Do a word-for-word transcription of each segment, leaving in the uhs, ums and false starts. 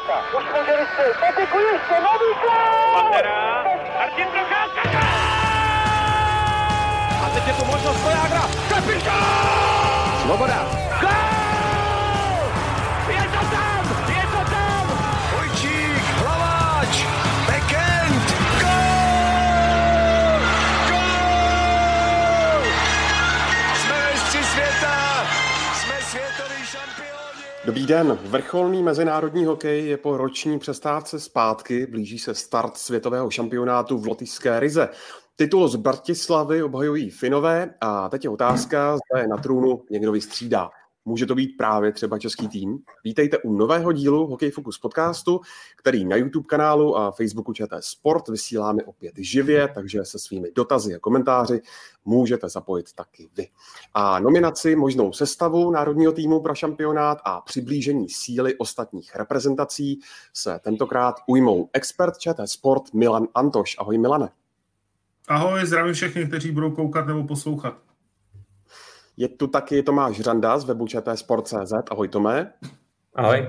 Už můželi si, Patiku ještě, nový gól! Pantera, Martin Procházka! A teď je tu možnost Vojágra, kapitán! Svoboda! Gól! Je to tam, je to tam! Vojčík, Hlaváč, Bekend, gól! Gól! Jsme mistři světa, jsme světoví šampioni! Dobrý den, vrcholný mezinárodní hokej je po roční přestávce zpátky, blíží se start světového šampionátu v lotyšské Rize. Titul z Bratislavy obhajují Finové a teď je otázka, zda je na trůnu někdo vystřídá. Může to být právě třeba český tým? Vítejte u nového dílu Hokej Focus podcastu, který na YouTube kanálu a Facebooku ČT Sport vysíláme opět živě, takže se svými dotazy a komentáři můžete zapojit taky vy. A nominaci, možnou sestavu národního týmu pro šampionát a přiblížení síly ostatních reprezentací se tentokrát ujmou expert ČT Sport Milan Antoš. Ahoj Milane. Ahoj, zdravím všechny, kteří budou koukat nebo poslouchat. Je tu taky Tomáš Řanda z webu čtsport tečka cé zet. Ahoj Tomé. Ahoj.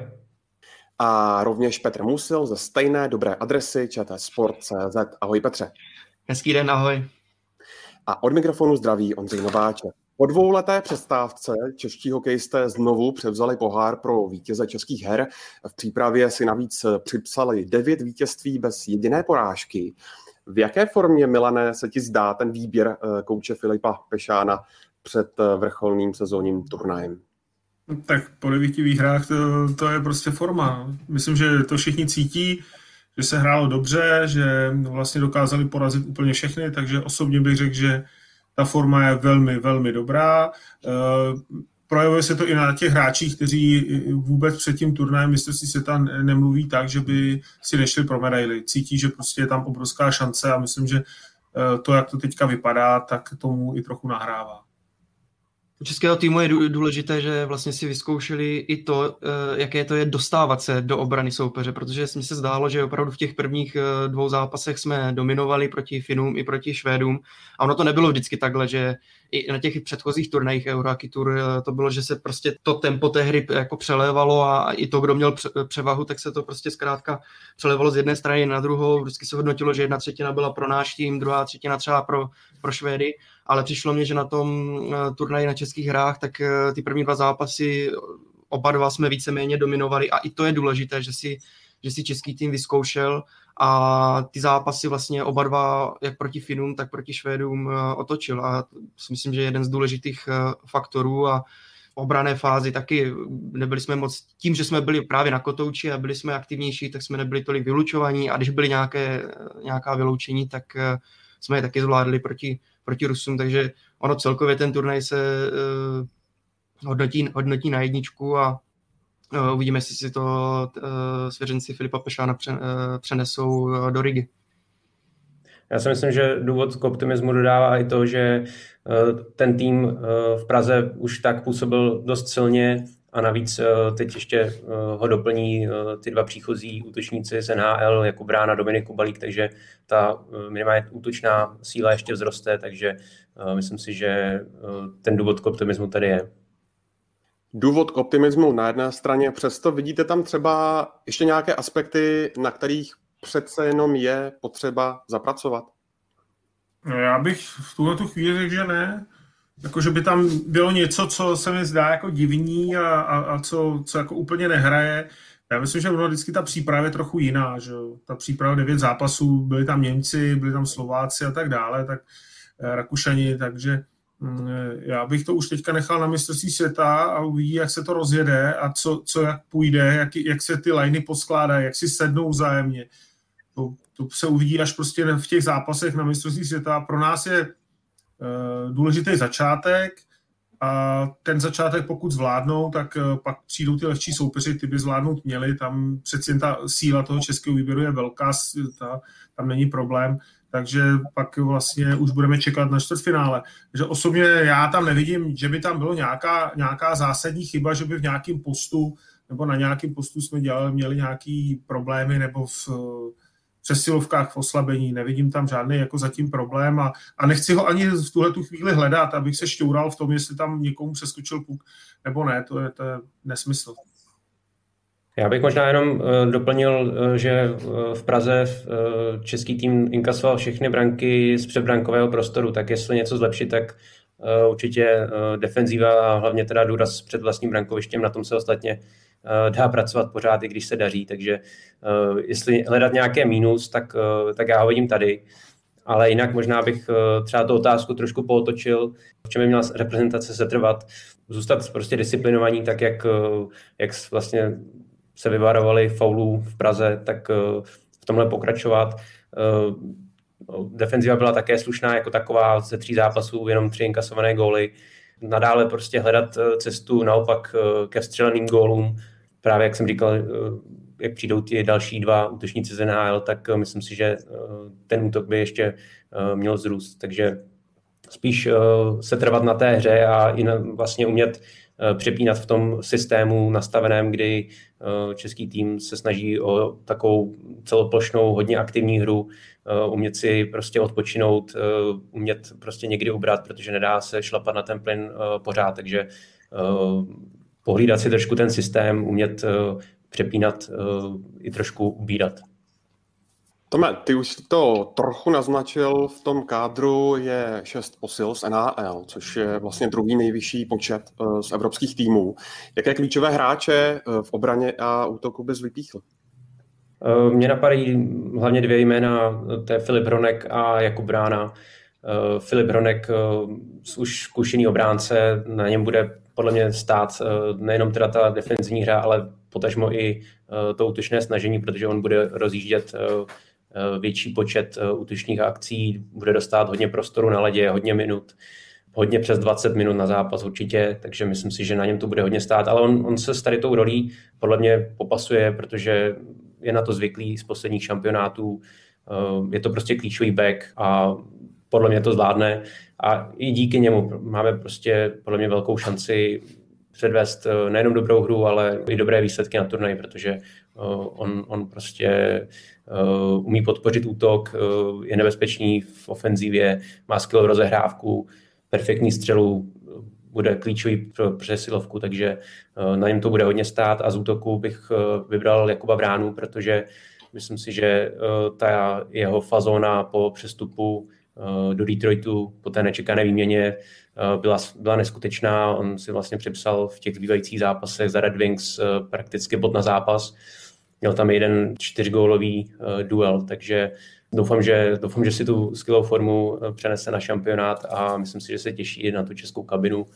A rovněž Petr Musil ze stejné dobré adresy čtsport tečka cé zet. Ahoj Petře. Hezký den, ahoj. A od mikrofonu zdraví Ondřej Nováček. Po dvouleté přestávce čeští hokejisté znovu převzali pohár pro vítěze českých her. V přípravě si navíc připsali devět vítězství bez jediné porážky. V jaké formě, Milane, se ti zdá ten výběr kouče Filipa Pešána před vrcholným sezónním turnajem? Tak po devíti výhrách to, to je prostě forma. Myslím, že to všichni cítí, že se hrálo dobře, že vlastně dokázali porazit úplně všechny, takže osobně bych řekl, že ta forma je velmi, velmi dobrá. Projevuje se to i na těch hráčích, kteří vůbec před tím turnajem mistrovství světa nemluví tak, že by si nešli pro medaili. Cítí, že prostě je tam obrovská šance a myslím, že to, jak to teďka vypadá, tak tomu i trochu nahrává. U českého týmu je důležité, že vlastně si vyzkoušeli i to, jaké to je dostávat se do obrany soupeře, protože mi se zdálo, že opravdu v těch prvních dvou zápasech jsme dominovali proti Finům i proti Švédům a ono to nebylo vždycky takhle, že i na těch předchozích turnajích Euro Hockey Tour to bylo, že se prostě to tempo té hry jako přelévalo a i to, kdo měl převahu, tak se to prostě zkrátka přelévalo z jedné strany na druhou. Vždycky se hodnotilo, že jedna třetina byla pro náš tým, druhá třetina třeba pro, pro Švédy, ale přišlo mně, že na tom turnaji na českých hrách, tak ty první dva zápasy oba dva jsme víceméně dominovali a i to je důležité, že si, že si český tým vyzkoušel a ty zápasy vlastně oba dva, jak proti Finům, tak proti Švédům otočil a myslím, že je jeden z důležitých faktorů a v obranné fázi taky nebyli jsme moc, tím, že jsme byli právě na kotouči a byli jsme aktivnější, tak jsme nebyli tolik vylučovaní a když byly nějaké, nějaká vyloučení, tak jsme je taky zvládli proti, proti Rusům, takže ono celkově ten turnaj se uh, hodnotí, hodnotí na jedničku a uh, uvidíme, jestli si to uh, svěřenci Filipa Pešána pře, uh, přenesou uh, do Rigy. Já si myslím, že důvod k optimismu dodává i to, že uh, ten tým uh, v Praze už tak působil dost silně a navíc uh, teď ještě uh, ho doplní uh, ty dva příchozí útočníci z N H L, jako Brána, Dominik Kubalík, takže ta uh, minimálně útočná síla ještě vzroste, takže uh, myslím si, že uh, ten důvod k optimismu tady je. Důvod k optimismu na jedné straně, přesto vidíte tam třeba ještě nějaké aspekty, na kterých přece jenom je potřeba zapracovat? Já bych v tuhle tu chvíli řekl, že ne. Jako, že by tam bylo něco, co se mi zdá jako divný a, a, a co, co jako úplně nehraje. Já myslím, že ono vždycky ta příprava je trochu jiná. Že? Ta příprava devět zápasů, byli tam Němci, byli tam Slováci a tak dále, tak Rakušani, takže já bych to už teďka nechal na mistrovství světa a uvidí, jak se to rozjede a co, co jak půjde, jak, jak se ty liney poskládají, jak si sednou vzájemně. To, to se uvidí až prostě v těch zápasech na mistrovství světa. Pro nás je uh, důležitý začátek a ten začátek, pokud zvládnou, tak uh, pak přijdou ty lehčí soupeři, ty by zvládnout měli. Tam přeci jen ta síla toho českého výběru je velká, ta, tam není problém. Takže pak vlastně už budeme čekat na čtvrtfinále. Takže osobně já tam nevidím, že by tam bylo nějaká, nějaká zásadní chyba, že by v nějakém postu nebo na nějakém postu jsme dělali, měli nějaký problémy nebo v přesilovkách v oslabení. Nevidím tam žádný jako zatím problém a, a nechci ho ani v tuhle tu chvíli hledat, abych se šťoural v tom, jestli tam někomu přeskočil puk nebo ne. To je, to je nesmysl. Já bych možná jenom uh, doplnil, uh, že uh, v Praze uh, český tým inkasoval všechny branky z předbrankového prostoru, tak jestli něco zlepšit, tak uh, určitě uh, defenzíva a hlavně teda důraz před vlastním brankovištěm, na tom se ostatně uh, dá pracovat pořád, i když se daří, takže uh, jestli hledat nějaké mínus, tak, uh, tak já ho vidím tady. Ale jinak možná bych uh, třeba tu otázku trošku pootočil, v čem by měla reprezentace setrvat, zůstat prostě disciplinovaní, tak jak, uh, jak vlastně se vyvarovali faulů v Praze, tak v tomhle pokračovat. Defenziva byla také slušná jako taková, ze tří zápasů jenom tři inkasované góly. Nadále prostě hledat cestu naopak ke vstřeleným gólům. Právě jak jsem říkal, jak přijdou ty další dva útočníci z N H L, tak myslím si, že ten útok by ještě měl zrůst. Takže spíš se trvat na té hře a i vlastně umět přepínat v tom systému nastaveném, kdy český tým se snaží o takovou celoplošnou, hodně aktivní hru, umět si prostě odpočinout, umět prostě někdy ubrat, protože nedá se šlapat na ten plyn pořád, takže pohlídat si trošku ten systém, umět přepínat i trošku ubírat. Tome, ty už to trochu naznačil, v tom kádru je šest posil z N H L, což je vlastně druhý nejvyšší počet z evropských týmů. Jaké klíčové hráče v obraně a útoku bys vypíchl? Mně napadají hlavně dvě jména, to je Filip Hronek a Jakub Brána. Filip Hronek, už zkušený obránce, na něm bude podle mě stát nejenom teda ta defenzivní hra, ale potažmo i to útočné snažení, protože on bude rozjíždět větší počet útočních akcí, bude dostat hodně prostoru na ledě, hodně minut, hodně přes dvacet minut na zápas určitě, takže myslím si, že na něm to bude hodně stát, ale on, on se s tady tou rolí podle mě popasuje, protože je na to zvyklý z posledních šampionátů, je to prostě klíčový back a podle mě to zvládne a i díky němu máme prostě podle mě velkou šanci předvést nejenom dobrou hru, ale i dobré výsledky na turnaji, protože on, on prostě umí podpořit útok, je nebezpečný v ofenzivě, má skvělou rozehrávku, perfektní střelu, bude klíčový pro přesilovku, takže na něm to bude hodně stát a z útoku bych vybral Jakuba Bránu, protože myslím si, že ta jeho fazóna po přestupu do Detroitu po té nečekané výměně byla, byla neskutečná. On si vlastně připsal v těch zbývajících zápasech za Red Wings prakticky bod na zápas. Měl tam jeden čtyřgólový duel, takže doufám že, doufám, že si tu skvělou formu přenese na šampionát a myslím si, že se těší na tu českou kabinu.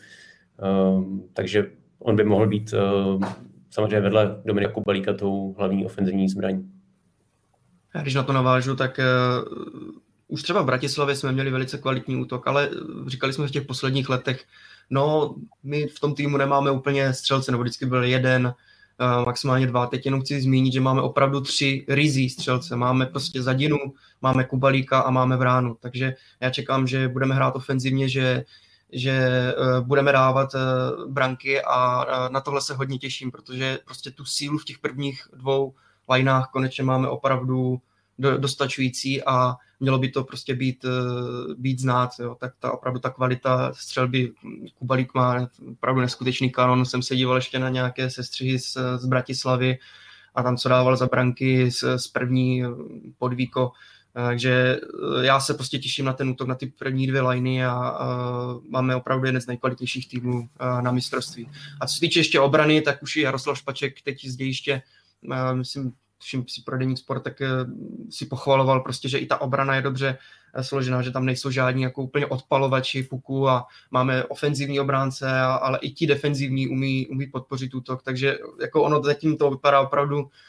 Takže on by mohl být samozřejmě vedle Dominika Kubalíka tou hlavní ofenzivní zbraní. Když na to navážu, tak už třeba v Bratislavě jsme měli velice kvalitní útok, ale říkali jsme v těch posledních letech, no my v tom týmu nemáme úplně střelce, nebo vždycky byl jeden, maximálně dva. Teď jenom chci zmínit, že máme opravdu tři rizí střelce. Máme prostě Zadinu, máme Kubalíka a máme Bránu. Takže já čekám, že budeme hrát ofenzivně, že, že budeme dávat branky a na tohle se hodně těším, protože prostě tu sílu v těch prvních dvou lineách konečně máme opravdu dostačující a mělo by to prostě být, být znát. Jo. Tak ta opravdu ta kvalita střelby, Kubalík má opravdu neskutečný kanon, jsem se díval ještě na nějaké sestřihy z, z Bratislavy a tam co dával za branky z, z první podvíko. Takže já se prostě těším na ten útok, na ty první dvě liney a, a máme opravdu jeden z nejkvalitnějších týmů na mistrovství. A co se týče ještě obrany, tak už i Jaroslav Špaček teď z dějiště, myslím, všim si pro Deník Sport, tak si pochvaloval prostě, že i ta obrana je dobře složená, že tam nejsou žádní jako úplně odpalovači puku a máme ofenzivní obránce, ale i ti defenzivní umí, umí podpořit útok, takže jako ono zatím to vypadá opravdu uh,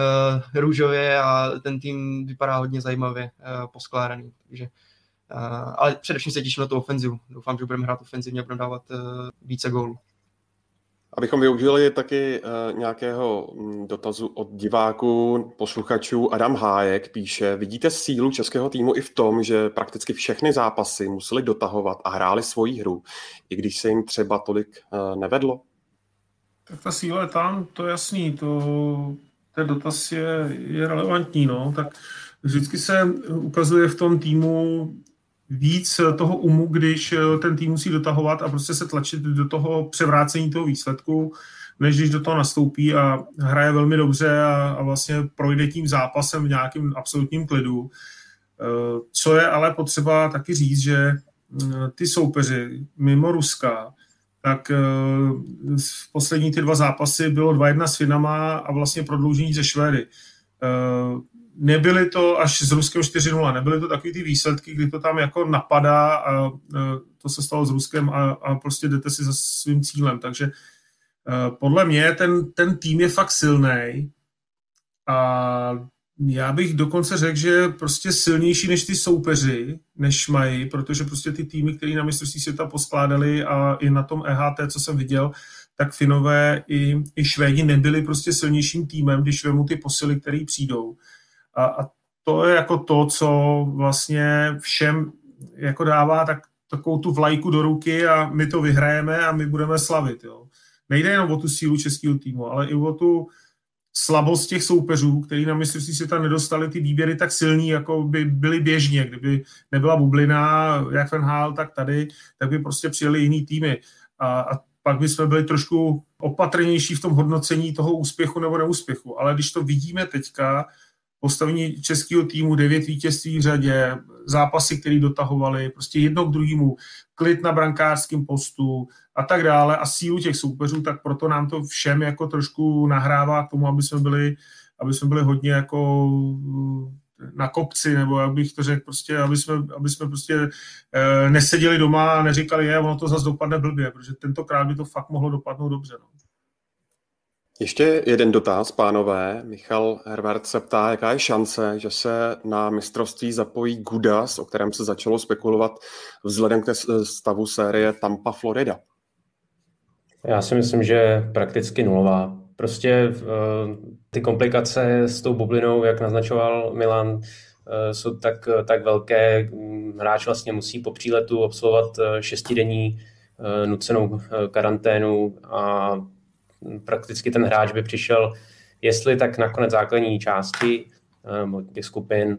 růžově a ten tým vypadá hodně zajímavě uh, poskládaný, takže uh, ale především se těším na tu ofenzivu. Doufám, že budeme hrát ofenzivně a budeme dávat uh, více gólů. Abychom využili taky uh, nějakého dotazu od diváků, posluchačů, Adam Hájek píše, vidíte sílu českého týmu i v tom, že prakticky všechny zápasy museli dotahovat a hráli svoji hru, i když se jim třeba tolik uh, nevedlo? Tak ta síla je tam, to je jasný, to, ten dotaz je, je relevantní, no, tak vždycky se ukazuje v tom týmu víc toho umu, když ten tým musí dotahovat a prostě se tlačit do toho převrácení toho výsledku. než když do toho nastoupí a hraje velmi dobře a, a vlastně projde tím zápasem v nějakém absolutním klidu. Co je ale potřeba taky říct, že ty soupeři mimo Ruska, tak v poslední ty dva zápasy bylo dva jedna s Finama a vlastně prodloužení ze Švédy. Nebyly to až s Ruskem čtyři nula, nebyly to takový ty výsledky, kdy to tam jako napadá a to se stalo s Ruskem a, a prostě jdete si za svým cílem. Takže podle mě ten, ten tým je fakt silnej a já bych dokonce řekl, že je prostě silnější než ty soupeři, než mají, protože prostě ty týmy, které na mistrovství světa poskládali a i na tom E H T, co jsem viděl, tak Finové i, i Švédi nebyli prostě silnějším týmem, když vemu ty posily, které přijdou. A, a to je jako to, co vlastně všem jako dává tak, takovou tu vlajku do ruky a my to vyhrajeme a my budeme slavit. Jo. Nejde jenom o tu sílu českého týmu, ale i o tu slabost těch soupeřů, který na mistrovství světa nedostali ty výběry tak silný, jako by byly běžně. Kdyby nebyla bublina, jak Van Gaal, tak tady, tak by prostě přijeli jiný týmy. A, a pak bychom byli trošku opatrnější v tom hodnocení toho úspěchu nebo neúspěchu. Ale když to vidíme teďka, postavení českého týmu, devět vítězství v řadě, zápasy, které dotahovali, prostě jedno k druhému, klid na brankářském postu a tak dále a sílu těch soupeřů, tak proto nám to všem jako trošku nahrává k tomu, aby jsme byli, aby jsme byli hodně jako na kopci, nebo jak bych to řekl, prostě, aby jsme, aby jsme prostě eh, neseděli doma a neříkali, je, ono to zase dopadne blbě, protože tentokrát by to fakt mohlo dopadnout dobře. No. Ještě jeden dotaz, pánové. Michal Herbert se ptá, jaká je šance, že se na mistrovství zapojí Gudas, o kterém se začalo spekulovat vzhledem k stavu série Tampa Florida. Já si myslím, že prakticky nulová. Prostě ty komplikace s tou bublinou, jak naznačoval Milan, jsou tak, tak velké. Hráč vlastně musí po příletu absolvovat šestidenní nucenou karanténu a prakticky ten hráč by přišel, jestli tak nakonec základní části těch skupin,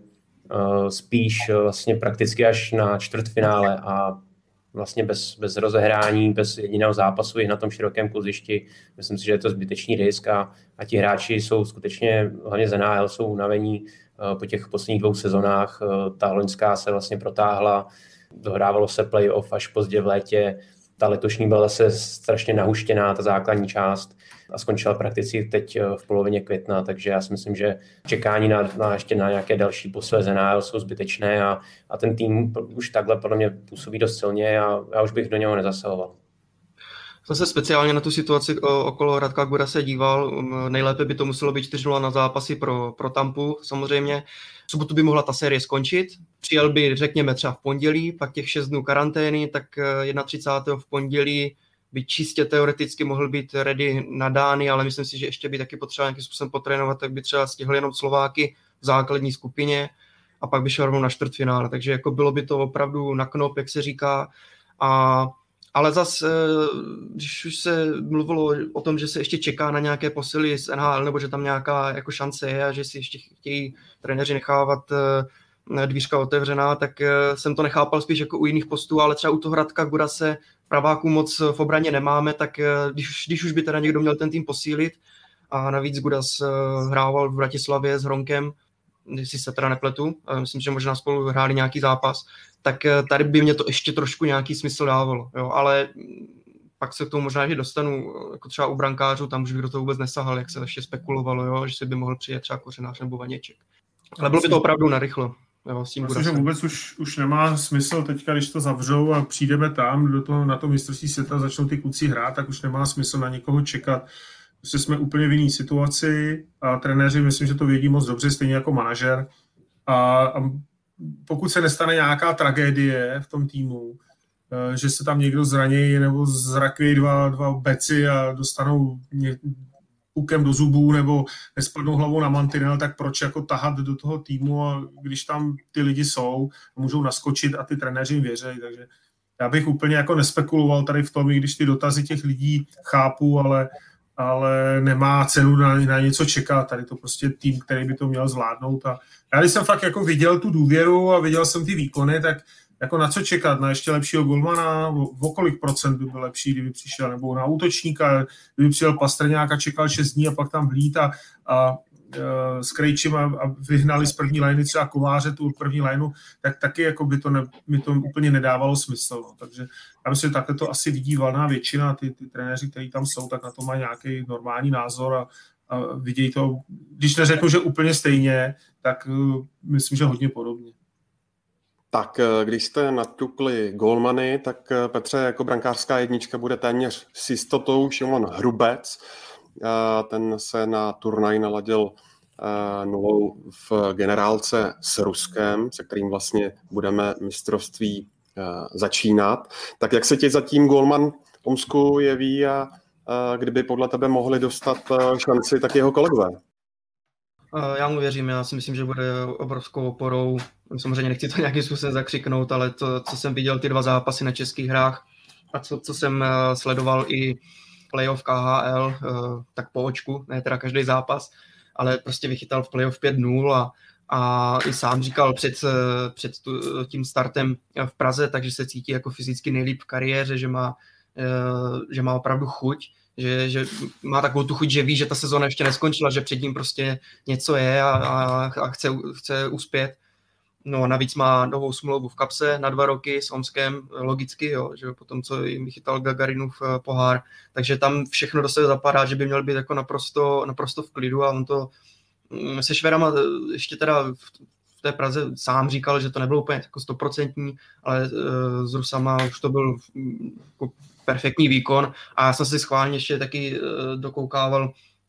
spíš vlastně prakticky až na čtvrtfinále a vlastně bez, bez rozehrání, bez jediného zápasu i na tom širokém kluzišti. Myslím si, že je to zbytečný risk a, a ti hráči jsou skutečně, hlavně z N H L, jsou unavení po těch posledních dvou sezonách. Ta loňská se vlastně protáhla, dohrávalo se playoff až pozdě v létě. Ta letošní byla zase strašně nahuštěná, ta základní část a skončila prakticky teď v polovině května, takže já si myslím, že čekání na, na ještě na nějaké další posily z N H L jsou zbytečné a, a ten tým už takhle podle mě působí dost silně a já už bych do něho nezasahoval. Jsem se speciálně na tu situaci okolo Radka Gudase díval. Nejlépe by to muselo být čtyři nula na zápasy pro, pro Tampu samozřejmě. V sobotu by mohla ta série skončit. Přijel by, řekněme, třeba v pondělí, pak těch šest dnů karantény, tak třicátého prvního v pondělí by čistě teoreticky mohl být ready na Dány, ale myslím si, že ještě by taky potřeba nějakým způsobem potrénovat, tak by třeba stihl jenom Slováky v základní skupině a pak by šel rovnou na čtvrtfinále. Takže jako bylo by to opravdu na knop, jak se říká. A ale zase, když už se mluvilo o tom, že se ještě čeká na nějaké posily z N H L, nebo že tam nějaká jako šance je a že si ještě chtějí trenéři nechávat dvířka otevřená, tak jsem to nechápal spíš jako u jiných postů, ale třeba u toho Radka Gudase praváků moc v obraně nemáme, tak když, když už by teda někdo měl ten tým posílit a navíc Gudas hrával v Bratislavě s Hronkem, jestli se teda nepletu, myslím, že možná spolu hráli nějaký zápas, tak tady by mě to ještě trošku nějaký smysl dávalo, jo, ale pak se k tomu možná že dostanu, jako třeba u brankářů, tam už bych do toho vůbec nesahal, jak se ještě spekulovalo, jo, že si by mohl přijet třeba Kořenář nebo Vaněček. Ale bylo by to opravdu narychlo. Jo, s tím myslím, že vůbec už, už nemá smysl teďka, když to zavřou a přijdeme tam, do toho, na to mistrovství světa začnou ty kluci hrát, tak už nemá smysl na někoho čekat. Prostě jsme úplně v jiné situaci a trenéři myslím, že to vědí moc dobře, stejně jako manažer. A, a pokud se nestane nějaká tragédie v tom týmu, že se tam někdo zraní nebo zrakví dva, dva beci a dostanou ně, pukem do zubů nebo nespadnou hlavou na mantinel, tak proč jako tahat do toho týmu, a když tam ty lidi jsou, můžou naskočit a ty trenéři jim věří. Takže já bych úplně jako nespekuloval tady v tom, i když ty dotazy těch lidí chápu, ale ale nemá cenu na, na něco čekat. Tady to prostě tým, který by to měl zvládnout. A já když jsem fakt jako viděl tu důvěru a viděl jsem ty výkony, tak jako na co čekat, na ještě lepšího golmana, o kolik procent by byl lepší, kdyby přišel, nebo na útočníka, kdyby přijel Pastrňák a čekal šest dní a pak tam vlít a, a s Krejčím a, a vyhnali z první lajny třeba Kováře tu první lajnu, tak taky jako by to, ne, mi to úplně nedávalo smysl. No. Takže já myslím, že takhle to asi vidí valná většina, ty, ty trenéři, kteří tam jsou, tak na to mají nějaký normální názor a, a vidějí to, když neřeknu, že úplně stejně, tak uh, myslím, že hodně podobně. Tak když jste natukli golmany, tak Petře, jako brankářská jednička bude téměř s jistotou Šimon Hrubec. Ten se na turnaj naladil nulou v generálce s Ruskem, se kterým vlastně budeme mistrovství začínat. Tak jak se ti zatím golman Omsku jeví a kdyby podle tebe mohli dostat šanci, tak jeho kolegové? Já mu věřím, já si myslím, že bude obrovskou oporou. Samozřejmě nechci to nějakým způsobem zakřiknout, ale to, co jsem viděl ty dva zápasy na českých hrách a co, co jsem sledoval i playoff K H L, tak po očku, ne teda každý zápas, ale prostě vychytal v playoff pět nula a, a i sám říkal před, před tím startem v Praze, takže se cítí jako fyzicky nejlíp v kariéře, že má, že má opravdu chuť. Že, že má takovou tu chuť, že ví, že ta sezóna ještě neskončila, že před ním prostě něco je a, a, a chce, chce uspět. No a navíc má novou smlouvu v kapse na dva roky s Omskem, logicky, jo, že potom, co jim vychytal Gagarinův pohár. Takže tam všechno do sebe zapadá, že by měl být jako naprosto, naprosto v klidu a on to se Švédama ještě teda v té Praze sám říkal, že to nebylo úplně jako stoprocentní, ale uh, s Rusama už to byl jako perfektní výkon a já jsem si schválně ještě taky uh, dokoukával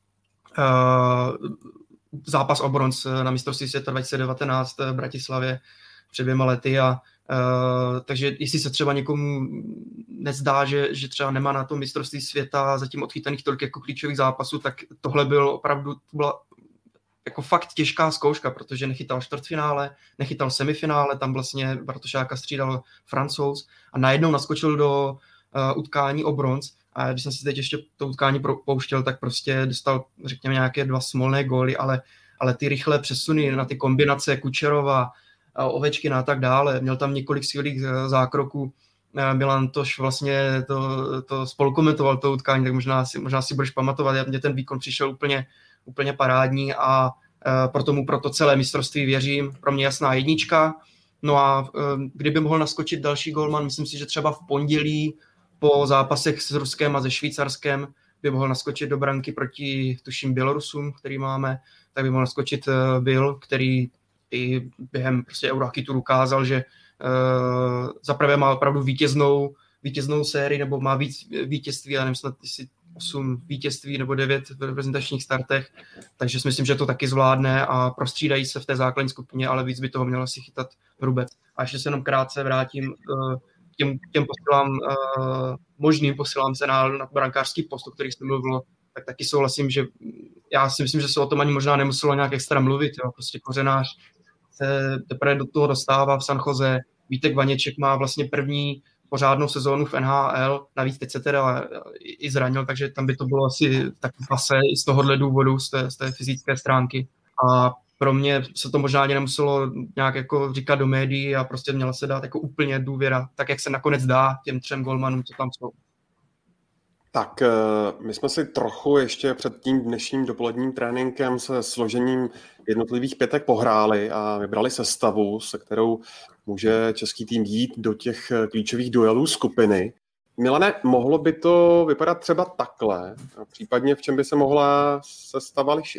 uh, zápas o bronz na mistrovství světa dva tisíce devatenáct v Bratislavě před dvěma lety a uh, takže jestli se třeba někomu nezdá, že, že třeba nemá na to mistrovství světa zatím odchytaných tolik jako klíčových zápasů, tak tohle byl opravdu, to byla jako fakt těžká zkouška, protože nechytal čtvrtfinále, nechytal semifinále, tam vlastně Bartošáka střídal Francouz a najednou naskočil do uh, utkání o bronz a když jsem si teď ještě to utkání pouštěl, tak prostě dostal, řekněme, nějaké dva smolné góly, ale, ale ty rychlé přesuny na ty kombinace Kučerova, Ovečkina a tak dále, měl tam několik skvělých zákroků, Milan Toš vlastně to, to spolukomentoval to utkání, tak možná si, možná si budeš pamatovat, mně ten výkon přišel úplně úplně parádní a e, proto mu pro to celé mistrovství věřím. Pro mě jasná jednička. No a e, kdyby mohl naskočit další golman, myslím si, že třeba v pondělí po zápasech s Ruskem a se Švýcarskem by mohl naskočit do branky proti, tuším, Bělorusům, který máme, tak by mohl naskočit e, Bill, který i během prostě Eurohockey ukázal, že e, zaprvé má opravdu vítěznou, vítěznou sérii, nebo má víc vítězství, já nevím, snad jestli osm vítězství nebo devět v reprezentačních startech, takže si myslím, že to taky zvládne a prostřídají se v té základní skupině, ale víc by toho měl asi chytat Hrubec. A ještě se jenom krátce vrátím uh, k těm, těm posilám, uh, možným posilám se na, na brankářský post, o kterých jste mluvil, tak taky souhlasím, že já si myslím, že se o tom ani možná nemuselo nějak extra mluvit, jo. Prostě Kořenář se teprve do toho dostává v San Jose, Vítek Vaněček má vlastně první pořádnou sezónu v N H L, navíc teď se teda i zranil, takže tam by to bylo asi taky pase i z tohohle důvodu, z té, z té fyzické stránky. A pro mě se to možná ani nemuselo nějak jako říkat do médií a prostě měla se dát jako úplně důvěra, tak jak se nakonec dá těm třem golmanům, co tam jsou. Tak my jsme si trochu ještě před tím dnešním dopoledním tréninkem se složením jednotlivých pětek pohráli a vybrali sestavu, se kterou může český tým jít do těch klíčových duelů skupiny. Milane, mohlo by to vypadat třeba takhle? A případně v čem by se mohla sestava lišit?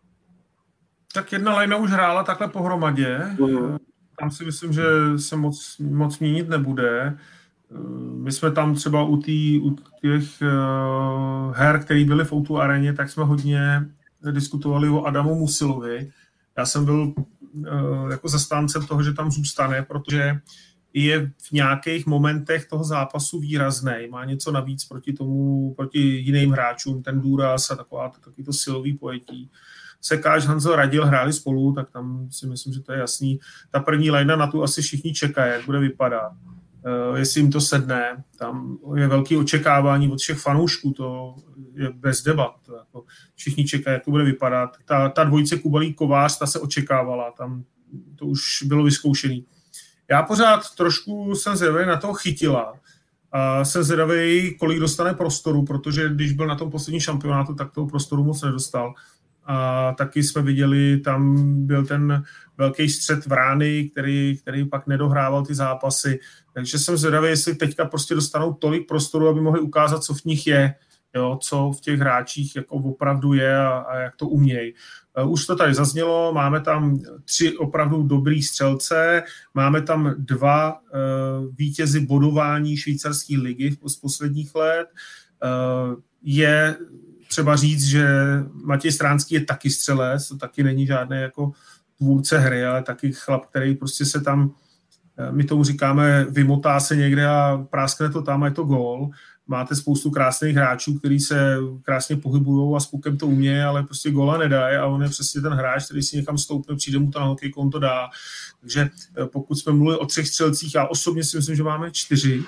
Tak jedna lajna už hrála takhle pohromadě. Mm. Tam si myslím, že se moc, moc měnit nebude. My jsme tam třeba u, tý, u těch uh, her, které byly v O dva aréně, tak jsme hodně diskutovali o Adamu Musilovi. Já jsem byl uh, jako zastáncem toho, že tam zůstane, protože je v nějakých momentech toho zápasu výrazný. Má něco navíc proti tomu, proti jiným hráčům, ten důraz a taková, takový to silový pojetí. Sekáč, Hanzel, Radil hráli spolu, tak tam si myslím, že to je jasný. Ta první lajna na tu asi všichni čekají, jak bude vypadat. Uh, jestli jim to sedne, tam je velké očekávání od všech fanoušků, to je bez debat. To jako všichni čekají, jak to bude vypadat. Ta, ta dvojice Kubalík Kovář, ta se očekávala, tam to už bylo vyzkoušený. Já pořád trošku jsem zvědavý na toho Chytila. A jsem zvědavý, kolik dostane prostoru, protože když byl na tom posledním šampionátu, tak toho prostoru moc nedostal. A taky jsme viděli, tam byl ten velký střet Vrány, který, který pak nedohrával ty zápasy. Takže jsem zvědavý, jestli teďka prostě dostanou tolik prostoru, aby mohli ukázat, co v nich je, jo, co v těch hráčích jako opravdu je a, a jak to umějí. Už to tady zaznělo, máme tam tři opravdu dobrý střelce, máme tam dva uh, vítězi bodování švýcarské ligy z posledních let. Uh, je třeba říct, že Matěj Stránský je taky střelec, to taky není žádný jako tvůrce hry, ale taky chlap, který prostě se tam, my tomu říkáme, vymotá se někde a práskne to tam a je to gól. Máte spoustu krásných hráčů, kteří se krásně pohybují a s pukem to umějí, ale prostě góla nedají a on je přesně ten hráč, který si někam stoupne, přijde mu to na hokejku, on to dá. Takže pokud jsme mluvili o třech střelcích, já osobně si myslím, že máme čtyři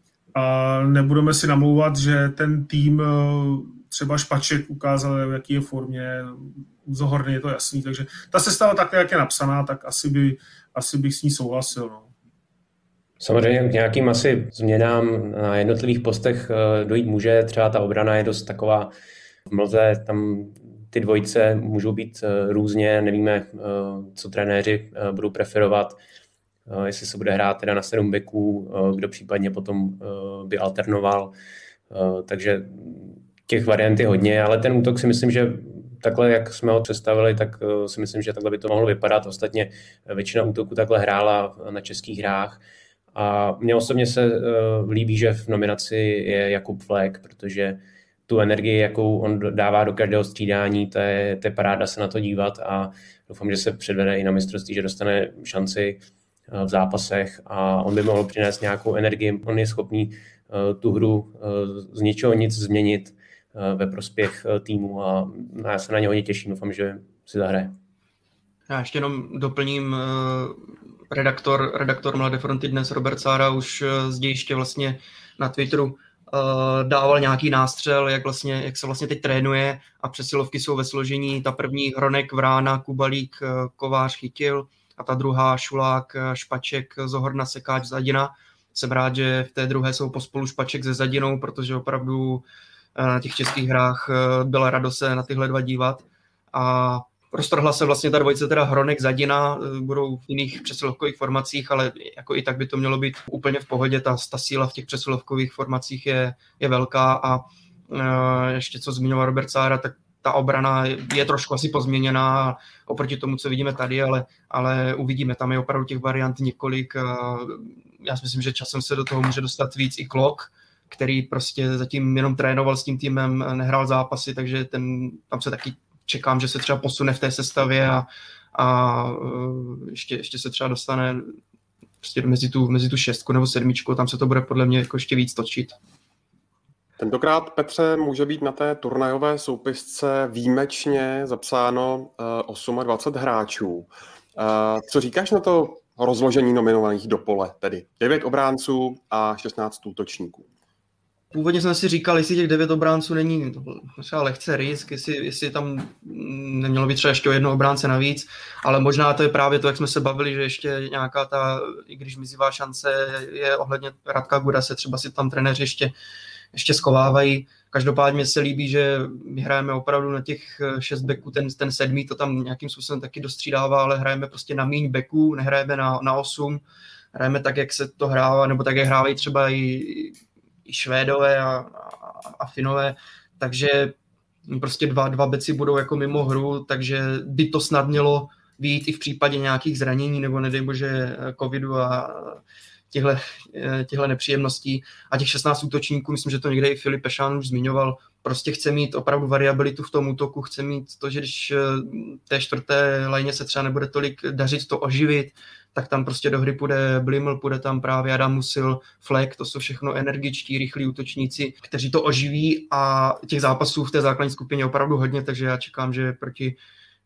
a nebudeme si namlouvat, že ten tým třeba Špaček ukázal, v jaký je formě, u Zohorny je to jasný, takže ta sestava tak, jak je napsaná, tak asi, by, asi bych s ní souhlasil. No. Samozřejmě k nějakým asi změnám na jednotlivých postech dojít může, třeba ta obrana je dost taková v mlze, tam ty dvojice můžou být různě, nevíme, co trenéři budou preferovat, jestli se bude hrát teda na sedm beků, kdo případně potom by alternoval, takže těch variant je hodně, ale ten útok si myslím, že takhle, jak jsme ho představili, tak si myslím, že takhle by to mohlo vypadat. Ostatně většina útoku takhle hrála na českých hrách. A mně osobně se uh, líbí, že v nominaci je Jakub Flek, protože tu energii, jakou on dává do každého střídání, to je, to je paráda se na to dívat a doufám, že se předvede i na mistrovství, že dostane šanci uh, v zápasech a on by mohl přinést nějakou energii. On je schopný uh, tu hru uh, z ničeho nic změnit uh, ve prospěch uh, týmu a já se na něj hodně těším, doufám, že si zahraje. Já ještě jenom doplním, uh... Redaktor, redaktor Mladé fronty dnes Robert Sára už z dějiště vlastně na Twitteru uh, dával nějaký nástřel, jak, vlastně, jak se vlastně teď trénuje a přesilovky jsou ve složení. Ta první Hronek, Vrána, Kubalík, Kovář, Chytil a ta druhá Šulák, Špaček, Zohorna, Sekáč, Zadina. Jsem rád, že v té druhé jsou pospolu Špaček se Zadinou, protože opravdu na těch českých hrách byla radost se na tyhle dva dívat. A roztrhla se vlastně ta dvojice, teda Hronek, Zadina, budou v jiných přesilovkových formacích, ale jako i tak by to mělo být úplně v pohodě. Ta, ta síla v těch přesilovkových formacích je, je velká a e, ještě co zmiňoval Robert Sára, tak ta obrana je trošku asi pozměněná oproti tomu, co vidíme tady, ale, ale uvidíme, tam je opravdu těch variant několik. Já si myslím, že časem se do toho může dostat víc i Klok, který prostě zatím jenom trénoval s tím týmem, nehrál zápasy, takže ten, tam se taky čekám, že se třeba posune v té sestavě a, a ještě, ještě se třeba dostane prostě mezi tu, mezi tu šestku nebo sedmičku, tam se to bude podle mě jako ještě víc točit. Tentokrát, Petře, může být na té turnajové soupisce výjimečně zapsáno uh, dvacet osm hráčů. Uh, co říkáš na to rozložení nominovaných do pole, tedy devět obránců a šestnáct útočníků? Původně jsem si říkal, jestli těch devět obránců není třeba lehce risk, jestli, jestli tam nemělo být třeba ještě o jedno obránce navíc, ale možná to je právě to, jak jsme se bavili, že ještě nějaká ta, i když mizivá šance je ohledně Radka Gudase, třeba si tam trenéři ještě, ještě schovávají. Každopádně mi se líbí, že my hrajeme opravdu na těch šest beků, ten, ten sedmý to tam nějakým způsobem taky dostřídává, ale hrajeme prostě na míň beků, nehrajeme na, na osm, hrajeme tak, jak se to hrává, nebo tak, jak hrávají třeba i i Švédové a, a, a Finové, takže prostě dva, dva beci budou jako mimo hru, takže by to snad mělo vyjít i v případě nějakých zranění nebo nedej bože covidu a těchto, těchto nepříjemností. A těch šestnáct útočníků, myslím, že to někde i Filip Pešán už zmiňoval, prostě chce mít opravdu variabilitu v tom útoku, chce mít to, že když té čtvrté lajně se třeba nebude tolik dařit to oživit, tak tam prostě do hry půjde Bliml, půjde tam právě Adam Musil, Fleck, to jsou všechno energičtí, rychlí útočníci, kteří to oživí a těch zápasů v té základní skupině opravdu hodně, takže já čekám, že proti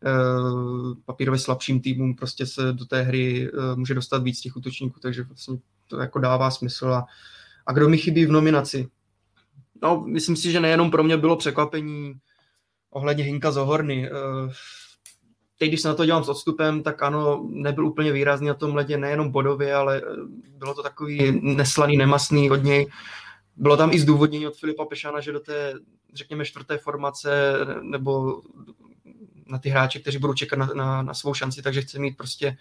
uh, papírově slabším týmům prostě se do té hry uh, může dostat víc těch útočníků, takže vlastně to jako dává smysl. A, a kdo mi chybí v nominaci? No, myslím si, že nejenom pro mě bylo překvapení ohledně Hynka Zohorny. Uh, teď, když se na to dělám s odstupem, tak ano, nebyl úplně výrazný na tom ledě, nejenom bodově, ale bylo to takový neslaný, nemastný od něj. Bylo tam i zdůvodnění od Filipa Pešana, že do té, řekněme, čtvrté formace nebo na ty hráče, kteří budou čekat na, na, na svou šanci, takže chce mít prostě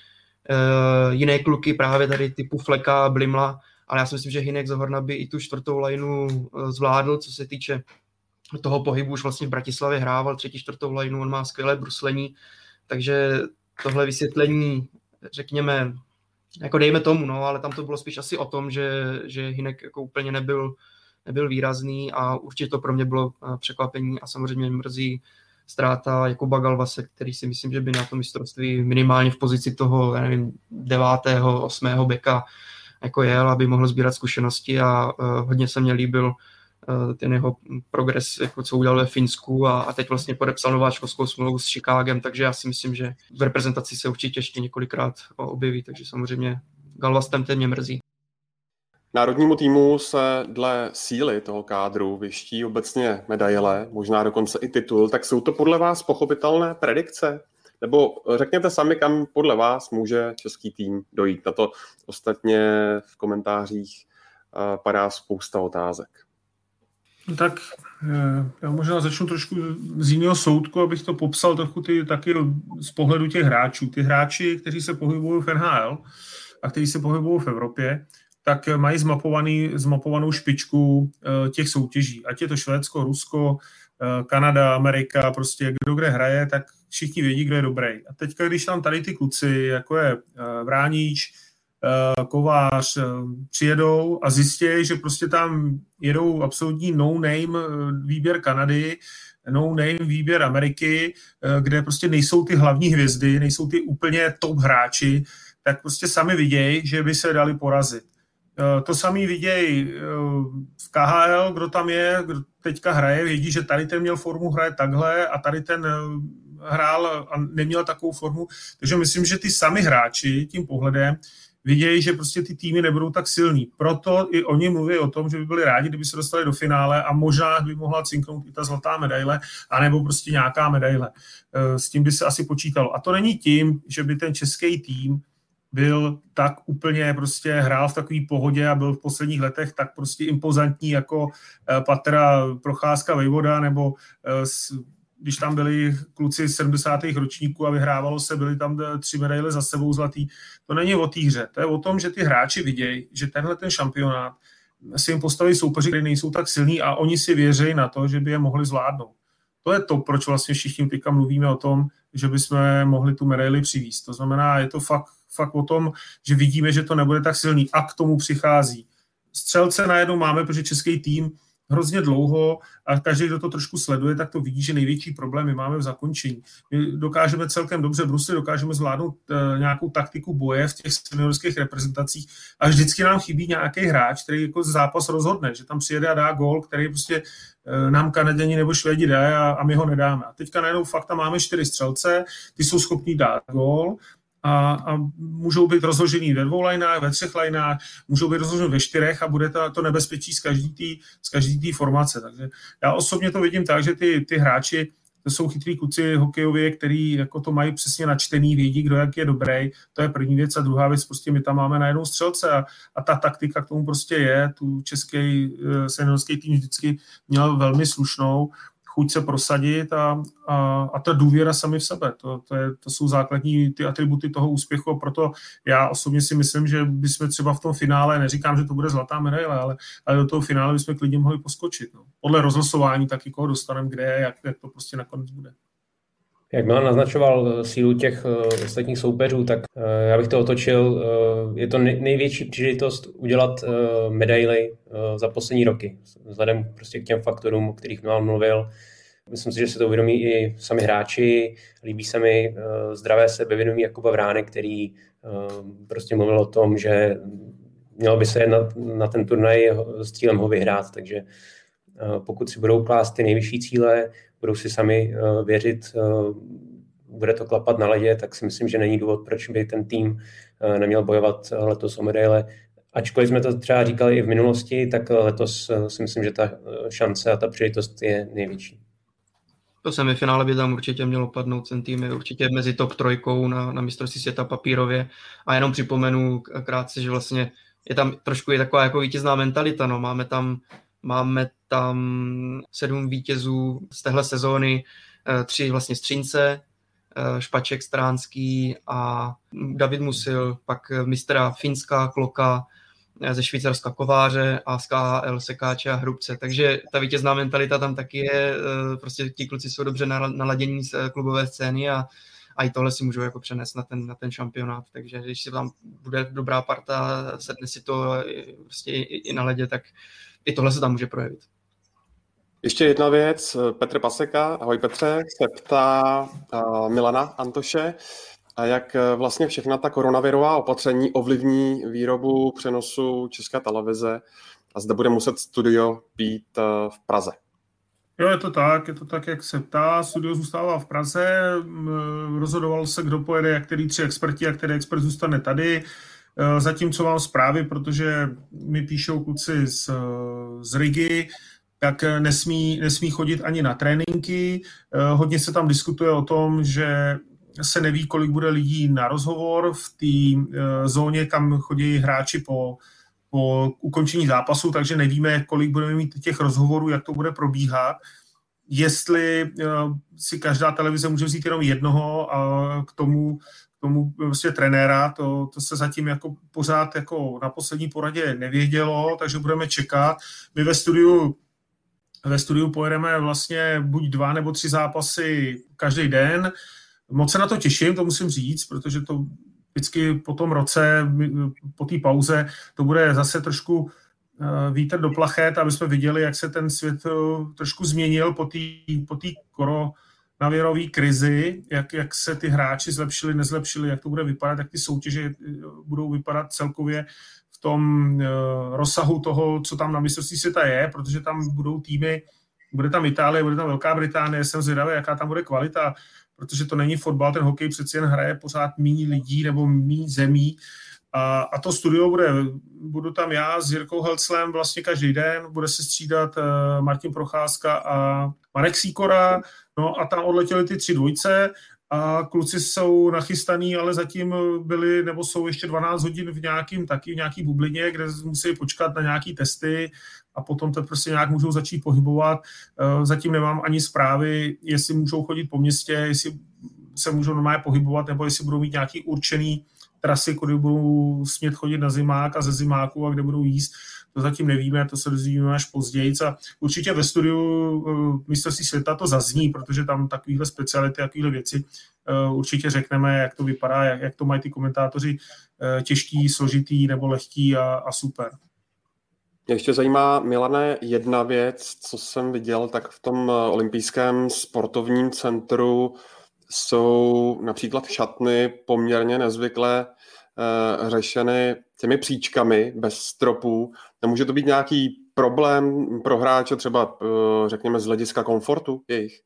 uh, jiné kluky, právě tady typu Fleka, Blimla, ale já si myslím, že Hynek Zohorna by i tu čtvrtou lineu uh, zvládl, co se týče toho pohybu, už vlastně v Bratislavě hrával třetí, čtvrtou lineu, on má skvělé bruslení, takže tohle vysvětlení, řekněme, jako dejme tomu, no, ale tam to bylo spíš asi o tom, že, že Hynek jako úplně nebyl, nebyl výrazný a určitě to pro mě bylo překvapení a samozřejmě mrzí ztráta Jakuba Galvase, který si myslím, že by na to mistrovství minimálně v pozici toho, já nevím, devátého, osmého beka jako jel, aby mohl sbírat zkušenosti a uh, hodně se mně líbil uh, ten jeho progres, jako co udělal ve Finsku a, a teď vlastně podepsal nováčkovskou smlouvu s Chicagem, takže já si myslím, že v reprezentaci se určitě ještě několikrát objeví, takže samozřejmě Galvas ten mě mrzí. Národnímu týmu se dle síly toho kádru vyští obecně medaile, možná dokonce i titul, tak jsou to podle vás pochopitelné predikce? Nebo řekněte sami, kam podle vás může český tým dojít? Na to ostatně v komentářích padá spousta otázek. No tak já možná začnu trošku z jiného soudku, abych to popsal trochu ty, taky z pohledu těch hráčů. Ty hráči, kteří se pohybují v N H L a kteří se pohybují v Evropě, tak mají zmapovaný, zmapovanou špičku těch soutěží. Ať je to Švédsko, Rusko, Kanada, Amerika, prostě kdo kde hraje, tak všichni vědí, kdo je dobrý. A teďka, když tam tady ty kluci, jako je Vráníč, Kovář, přijedou a zjistí, že prostě tam jedou absolutní no-name výběr Kanady, no-name výběr Ameriky, kde prostě nejsou ty hlavní hvězdy, nejsou ty úplně top hráči, tak prostě sami vidějí, že by se dali porazit. To samý vidějí v K H L, kdo tam je, kdo teďka hraje, vědí, že tady ten měl formu, hraje takhle a tady ten hrál a neměl takovou formu. Takže myslím, že ty sami hráči tím pohledem vidějí, že prostě ty týmy nebudou tak silný. Proto i oni mluví o tom, že by byli rádi, kdyby se dostali do finále a možná by mohla cinknout i ta zlatá medaile, anebo prostě nějaká medaile. S tím by se asi počítalo. A to není tím, že by ten český tým byl tak úplně prostě hrál v takové pohodě a byl v posledních letech tak prostě impozantní jako Patra, Procházka, Vejvoda, nebo když tam byli kluci sedmdesátých ročníků a vyhrávalo se, byly tam tři medaile za sebou zlatý. To není o té hře. To je o tom, že ty hráči vidějí, že tenhle ten šampionát si jim postaví soupeři, kteří nejsou tak silní a oni si věří na to, že by je mohli zvládnout. To je to, proč vlastně všichni teďka mluvíme o tom, že bychom mohli tu medaili přivést. To znamená, je to fakt, fakt o tom, že vidíme, že to nebude tak silný a k tomu přichází. Střelce najednou máme, protože český tým hrozně dlouho a každý, kdo to trošku sleduje, tak to vidí, že největší problémy máme v zakončení. My dokážeme celkem dobře bruslit, dokážeme zvládnout uh, nějakou taktiku boje v těch seniorských reprezentacích a vždycky nám chybí nějaký hráč, který jako zápas rozhodne, že tam přijede a dá gól, který prostě uh, nám Kanaděni nebo Švédi dají a, a my ho nedáme. A teďka najednou fakt tam máme čtyři střelce, ty jsou schopní dát gól, A, a můžou být rozložený ve dvou lineách, ve třech lineách, můžou být rozložený ve čtyřech a bude to, to nebezpečí z každý tý, z každý tý formace. Takže já osobně to vidím tak, že ty, ty hráči, to jsou chytrý kluci hokejově, který jako to mají přesně načtený, vědí, kdo jak je dobrý. To je první věc a druhá věc, prostě my tam máme najednou střelce a, a ta taktika k tomu prostě je. Tu český seniorský tým vždycky měl velmi slušnou chuť se prosadit a, a, a ta důvěra sami v sebe. To, to, je, to jsou základní ty atributy toho úspěchu a proto já osobně si myslím, že bychom třeba v tom finále, neříkám, že to bude zlatá medaile, ale, ale do toho finále bychom klidně mohli poskočit. No. Podle rozlosování taky koho dostaneme, kde, jak, jak to prostě nakonec bude. Jak Milan naznačoval sílu těch uh, ostatních soupeřů, tak uh, já bych to otočil. Uh, je to nej, největší příležitost udělat uh, medaily uh, za poslední roky. Vzhledem prostě k těm faktorům, o kterých Milan mluvil. Myslím si, že se to uvědomí i sami hráči. Líbí se mi uh, zdravé sebevědomí Jakuba Vrány, který uh, prostě mluvil o tom, že mělo by se jet na, na ten turnaj s cílem ho vyhrát. Takže uh, pokud si budou klást ty nejvyšší cíle, budou si sami uh, věřit, uh, bude to klapat na ledě, tak si myslím, že není důvod, proč by ten tým uh, neměl bojovat letos o medaile. Ačkoliv jsme to třeba říkali i v minulosti, tak letos uh, si myslím, že ta šance a ta příležitost je největší. To semifinále by tam určitě mělo padnout, ten tým je určitě mezi top trojkou na, na mistrovství světa papírově. A jenom připomenu krátce, že vlastně je tam trošku je taková jako vítězná mentalita. No. Máme tam, máme tam sedm vítězů z téhle sezóny, tři vlastně Střínce, Špaček, Stránský a David Musil, pak mistra Finska, Kloka, ze Švýcarska Kováře a z K H L Sekáče a Hrubce. Takže ta vítězná mentalita tam taky je, prostě ti kluci jsou dobře naladění z klubové scény a, a i tohle si můžou jako přenést na ten, na ten šampionát. Takže když si tam bude dobrá parta, sedne si to prostě i, i na ledě, tak i tohle se tam může projevit. Ještě jedna věc, Petr Paseka, ahoj Petře, se ptá uh, Milana Antoše, a jak vlastně všechna ta koronavirová opatření ovlivní výrobu přenosu České televize a zde bude muset studio být v Praze. Jo, je to tak, je to tak, jak se ptá. Studio zůstává v Praze, rozhodoval se, kdo pojede, jak který tři experti a který expert zůstane tady. Zatím, co mám zprávy, protože mi píšou kluci z, z Rigy, tak nesmí, nesmí chodit ani na tréninky. Hodně se tam diskutuje o tom, že se neví, kolik bude lidí na rozhovor v té uh, zóně, kam chodí hráči po, po ukončení zápasu, takže nevíme, kolik budeme mít těch rozhovorů, jak to bude probíhat. Jestli uh, si každá televize může vzít jenom jednoho a k tomu, k tomu vlastně trenéra, to, to se zatím jako pořád jako na poslední poradě nevědělo, takže budeme čekat. My ve studiu ve studiu pojedeme vlastně buď dva nebo tři zápasy každý den. Moc se na to těším, to musím říct, protože to vždycky po tom roce, po té pauze, to bude zase trošku vítr do plachet, aby jsme viděli, jak se ten svět trošku změnil po té po té koronavirové krizi, jak, jak se ty hráči zlepšili, nezlepšili, jak to bude vypadat, jak ty soutěže budou vypadat celkově v tom rozsahu toho, co tam na mistrovství světa je, protože tam budou týmy, bude tam Itálie, bude tam Velká Británie, jsem zvědavý, jaká tam bude kvalita, protože to není fotbal, ten hokej přeci jen hraje pořád méně lidí nebo méně zemí. A, a to studio bude, budu tam já s Jirkou Helclem vlastně každý den, bude se střídat uh, Martin Procházka a Marek Sýkora, no a tam odletěli ty tři dvojce a kluci jsou nachystaný, ale zatím byli, nebo jsou ještě dvanáct hodin v nějakým, taky v nějaký bublině, kde musí počkat na nějaký testy a potom to prostě nějak můžou začít pohybovat. Zatím nemám ani zprávy, jestli můžou chodit po městě, jestli se můžou normálně pohybovat, nebo jestli budou mít nějaký určený trasy, kudy budou smět chodit na zimák a ze zimáku a kde budou jíst. To zatím nevíme, to se dozvíme až později. A určitě ve studiu mistrovství světa to zazní, protože tam takovýhle speciality, takovýhle věci určitě řekneme, jak to vypadá, jak, jak to mají ty komentátoři těžký, složitý nebo lehký a, a super. Mě ještě zajímá, Milane, jedna věc, co jsem viděl, tak v tom olympijském sportovním centru jsou například šatny poměrně nezvykle uh, řešeny těmi příčkami bez stropů. Nemůže to být nějaký problém pro hráče třeba, uh, řekněme, z hlediska komfortu jejich?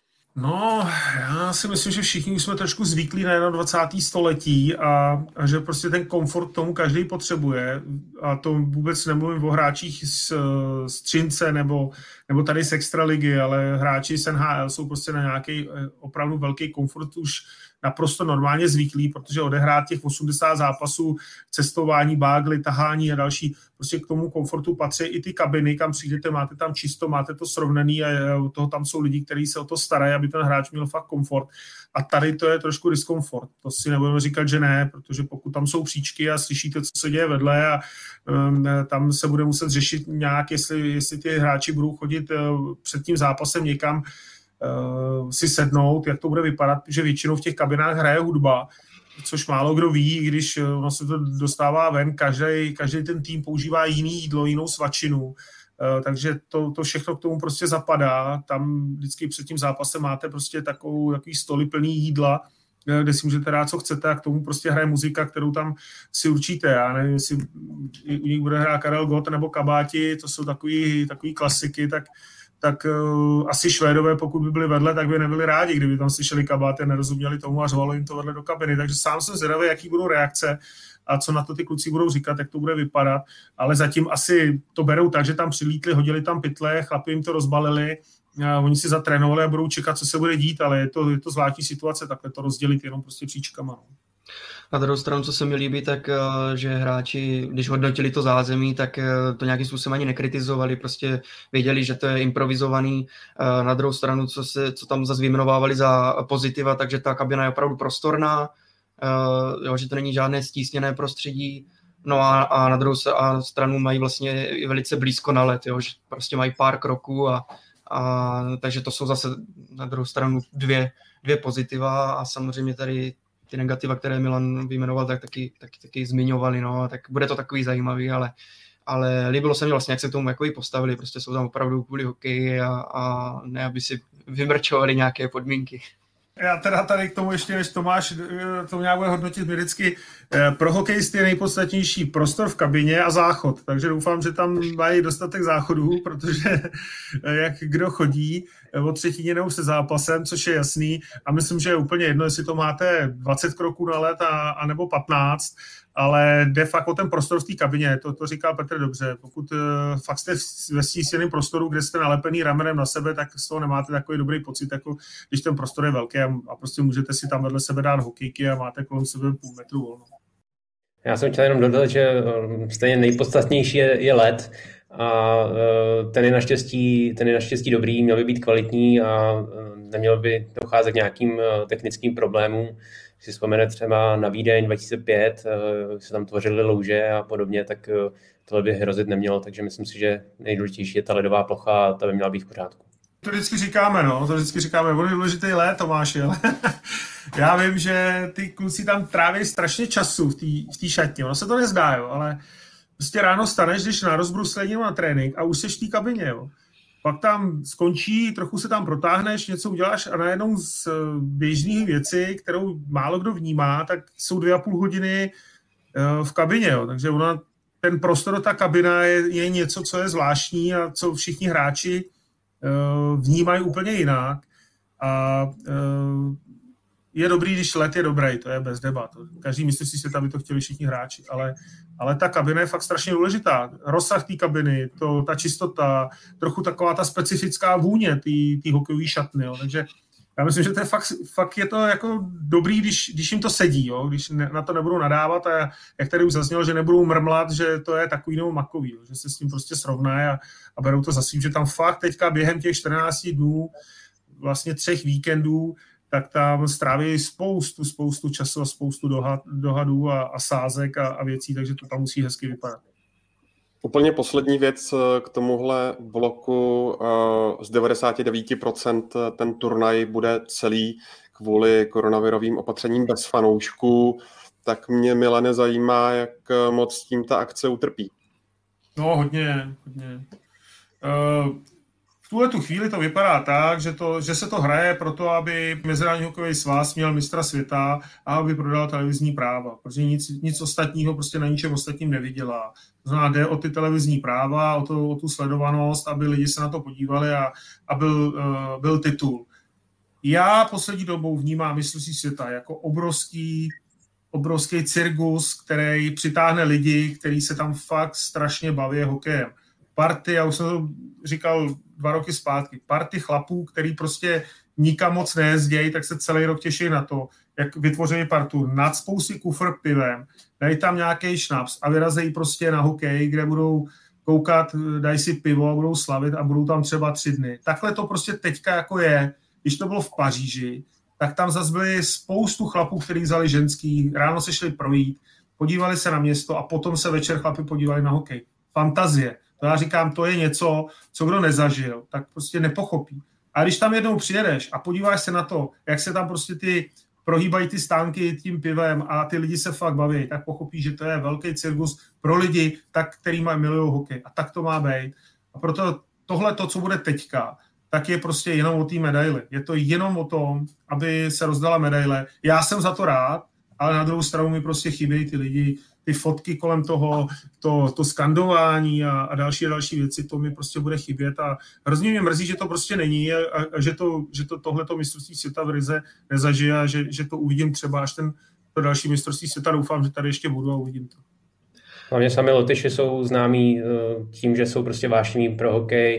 No, já si myslím, že všichni už jsme trošku zvyklí na dvacátém prvním století a, a že prostě ten komfort tomu každý potřebuje. A to vůbec nemluvím o hráčích z, z Třince nebo, nebo tady z Extraligy, ale hráči z N H L jsou prostě na nějaký opravdu velký komfort už naprosto normálně zvyklí, protože odehrát těch osmdesát zápasů, cestování, bágly, tahání a další, prostě k tomu komfortu patří i ty kabiny, kam přijdete, máte tam čisto, máte to srovnaný a toho tam jsou lidi, kteří se o to starají, aby ten hráč měl fakt komfort. A tady to je trošku diskomfort. To si nebudeme říkat, že ne, protože pokud tam jsou příčky a slyšíte, co se děje vedle a um, tam se bude muset řešit nějak, jestli, jestli ty hráči budou chodit uh, před tím zápasem někam Uh, si sednout, jak to bude vypadat, že většinou v těch kabinách hraje hudba, což málo kdo ví, když uh, se to dostává ven, každý, každý ten tým používá jiný jídlo, jinou svačinu, uh, takže to, to všechno k tomu prostě zapadá. Tam vždycky před tím zápasem máte prostě takovou, takový stoly plný jídla, kde si můžete dát, co chcete a k tomu prostě hraje muzika, kterou tam si určíte. Já nevím, jestli u nich bude hrát Karel Gott nebo Kabáti, to jsou takový, takový klasiky, tak tak uh, asi Švédové, pokud by byli vedle, tak by nebyli rádi, kdyby tam slyšeli Kabáty a nerozuměli tomu a řvalo jim to vedle do kabiny. Takže sám jsem zvědavý, jaký budou reakce a co na to ty kluci budou říkat, jak to bude vypadat. Ale zatím asi to berou tak, že tam přilítli, hodili tam pytle, chlapi jim to rozbalili a oni si zatrénovali a budou čekat, co se bude dít, ale je to, je to zvláštní situace, takhle to rozdělit jenom prostě příčkama. No. Na druhou stranu, co se mi líbí, tak že hráči, když hodnotili to zázemí, tak to nějakým způsobem ani nekritizovali, prostě věděli, že to je improvizovaný. Na druhou stranu, co, se, co tam zase vyjmenovávali za pozitiva, takže ta kabina je opravdu prostorná, jo, že to není žádné stísněné prostředí. No a, a na druhou stranu mají vlastně i velice blízko na led, jo, že prostě mají pár kroků a, a takže to jsou zase na druhou stranu dvě, dvě pozitiva a samozřejmě tady ty negativa, které Milan vyjmenoval, tak taky, taky, taky zmiňovali, no, tak bude to takový zajímavý, ale, ale líbilo se mi vlastně, jak se k tomu jako postavili, prostě jsou tam opravdu kvůli hokeji a, a ne, aby si vymrčovali nějaké podmínky. Já teda tady k tomu ještě, než Tomáš to nějak bude hodnotit vždycky, pro hokejisty je nejpodstatnější prostor v kabině a záchod, takže doufám, že tam mají dostatek záchodů, protože jak kdo chodí o třetině nebo se zápasem, což je jasný a myslím, že je úplně jedno, jestli to máte dvacet kroků na let a, a nebo patnáct, ale jde fakt o ten prostor v té kabině, to, to říká Petr dobře. Pokud uh, fakt jste ve stísněném prostoru, kde jste nalepený ramenem na sebe, tak z toho nemáte takový dobrý pocit, jako když ten prostor je velký a, a prostě můžete si tam vedle sebe dát hokejky a máte kolem sebe půl metru volno. Já jsem chtěl jenom dodat, že stejně nejpodstatnější je, je led a ten je naštěstí, ten je naštěstí dobrý, měl by být kvalitní a neměl by docházet k nějakým technickým problémům. Když si vzpomene třeba na Vídeň dva tisíce pět, se tam tvořily louže a podobně, tak tohle by hrozit nemělo, takže myslím si, že nejdůležitější je ta ledová plocha a ta by měla být v pořádku. To vždycky říkáme, no, to vždycky říkáme, on je důležitý let, Tomáši, ale já vím, že ty kluci tam tráví strašně času v té šatně, ono se to nezdá, jo, ale prostě ráno staneš, když na rozbruslení na trénink a už seš v té kabině, jo. Pak tam skončí, trochu se tam protáhneš, něco uděláš a najednou z běžných věcí, kterou málo kdo vnímá, tak jsou dvě a půl hodiny v kabině, jo. Takže ona, ten prostor, ta kabina je, je něco, co je zvláštní a co všichni hráči vnímají úplně jinak a je dobrý, když let je dobrý, to je bez debat. Každý mistrovství světa by to chtěli všichni hráči, ale, ale ta kabina je fakt strašně důležitá. Rozsah té kabiny, to, ta čistota, trochu taková ta specifická vůně té hokejové šatny. Jo. Takže já myslím, že to je fakt, fakt je to jako dobrý, když, když jim to sedí, jo. Když ne, na to nebudou nadávat a jak tady už zaznělo, že nebudou mrmlat, že to je takový nebo makový, jo. Že se s tím prostě srovnají a, a berou to za svým, že tam fakt teďka během těch čtrnácti dnů, vlastně třech víkendů, tak tam stráví spoustu, spoustu času a spoustu dohad, dohadů a, a sázek a, a věcí, takže to tam musí hezky vypadat. Úplně poslední věc k tomuhle bloku. Z devadesát devět procent ten turnaj bude celý kvůli koronavirovým opatřením bez fanoušků. Tak mě, Milane, zajímá, jak moc s tím ta akce utrpí. No, hodně, hodně. Uh, v tuhle tu chvíli to vypadá tak, že, to, že se to hraje proto, aby Mezinárodní hokejový svaz měl mistra světa a aby prodal televizní práva, protože nic, nic ostatního prostě na ničem ostatním nevydělá. To znamená, jde o ty televizní práva, o, to, o tu sledovanost, aby lidi se na to podívali a, a byl, uh, byl titul. Já poslední dobou vnímám mistrovství světa jako obrovský, obrovský cirkus, který přitáhne lidi, kteří se tam fakt strašně baví hokejem. Party, já už jsem to říkal dva roky zpátky, party chlapů, který prostě nikam moc nejezdějí, tak se celý rok těší na to, jak vytvoří partu, nacpou si kufr pivem, dají tam nějaký šnaps a vyrazejí prostě na hokej, kde budou koukat, dají si pivo a budou slavit a budou tam třeba tři dny. Takhle to prostě teďka jako je. Když to bylo v Paříži, tak tam zase byly spoustu chlapů, kteří vzali ženský, ráno se šli projít, podívali se na město a potom se večer chlapi podívali na hokej. Fantazie. To já říkám, to je něco, co kdo nezažil, tak prostě nepochopí. A když tam jednou přijedeš a podíváš se na to, jak se tam prostě ty prohýbají ty stánky tím pivem a ty lidi se fakt baví, tak pochopí, že to je velký cirkus pro lidi, tak, který mají milují hokej. A tak to má být. A proto tohle, to, co bude teďka, tak je prostě jenom o té medaili. Je to jenom o tom, aby se rozdala medaile. Já jsem za to rád, ale na druhou stranu mi prostě chybějí ty lidi, ty fotky kolem toho, to, to skandování a, a další a další věci, to mi prostě bude chybět a hrozně mě mrzí, že to prostě není a, a že, to, že to tohleto mistrovství světa v Rize nezažije a že, že to uvidím třeba až ten to další mistrovství světa. Doufám, že tady ještě budu a uvidím to. Hlavně sami Lotyši jsou známí tím, že jsou prostě vášniví pro hokej,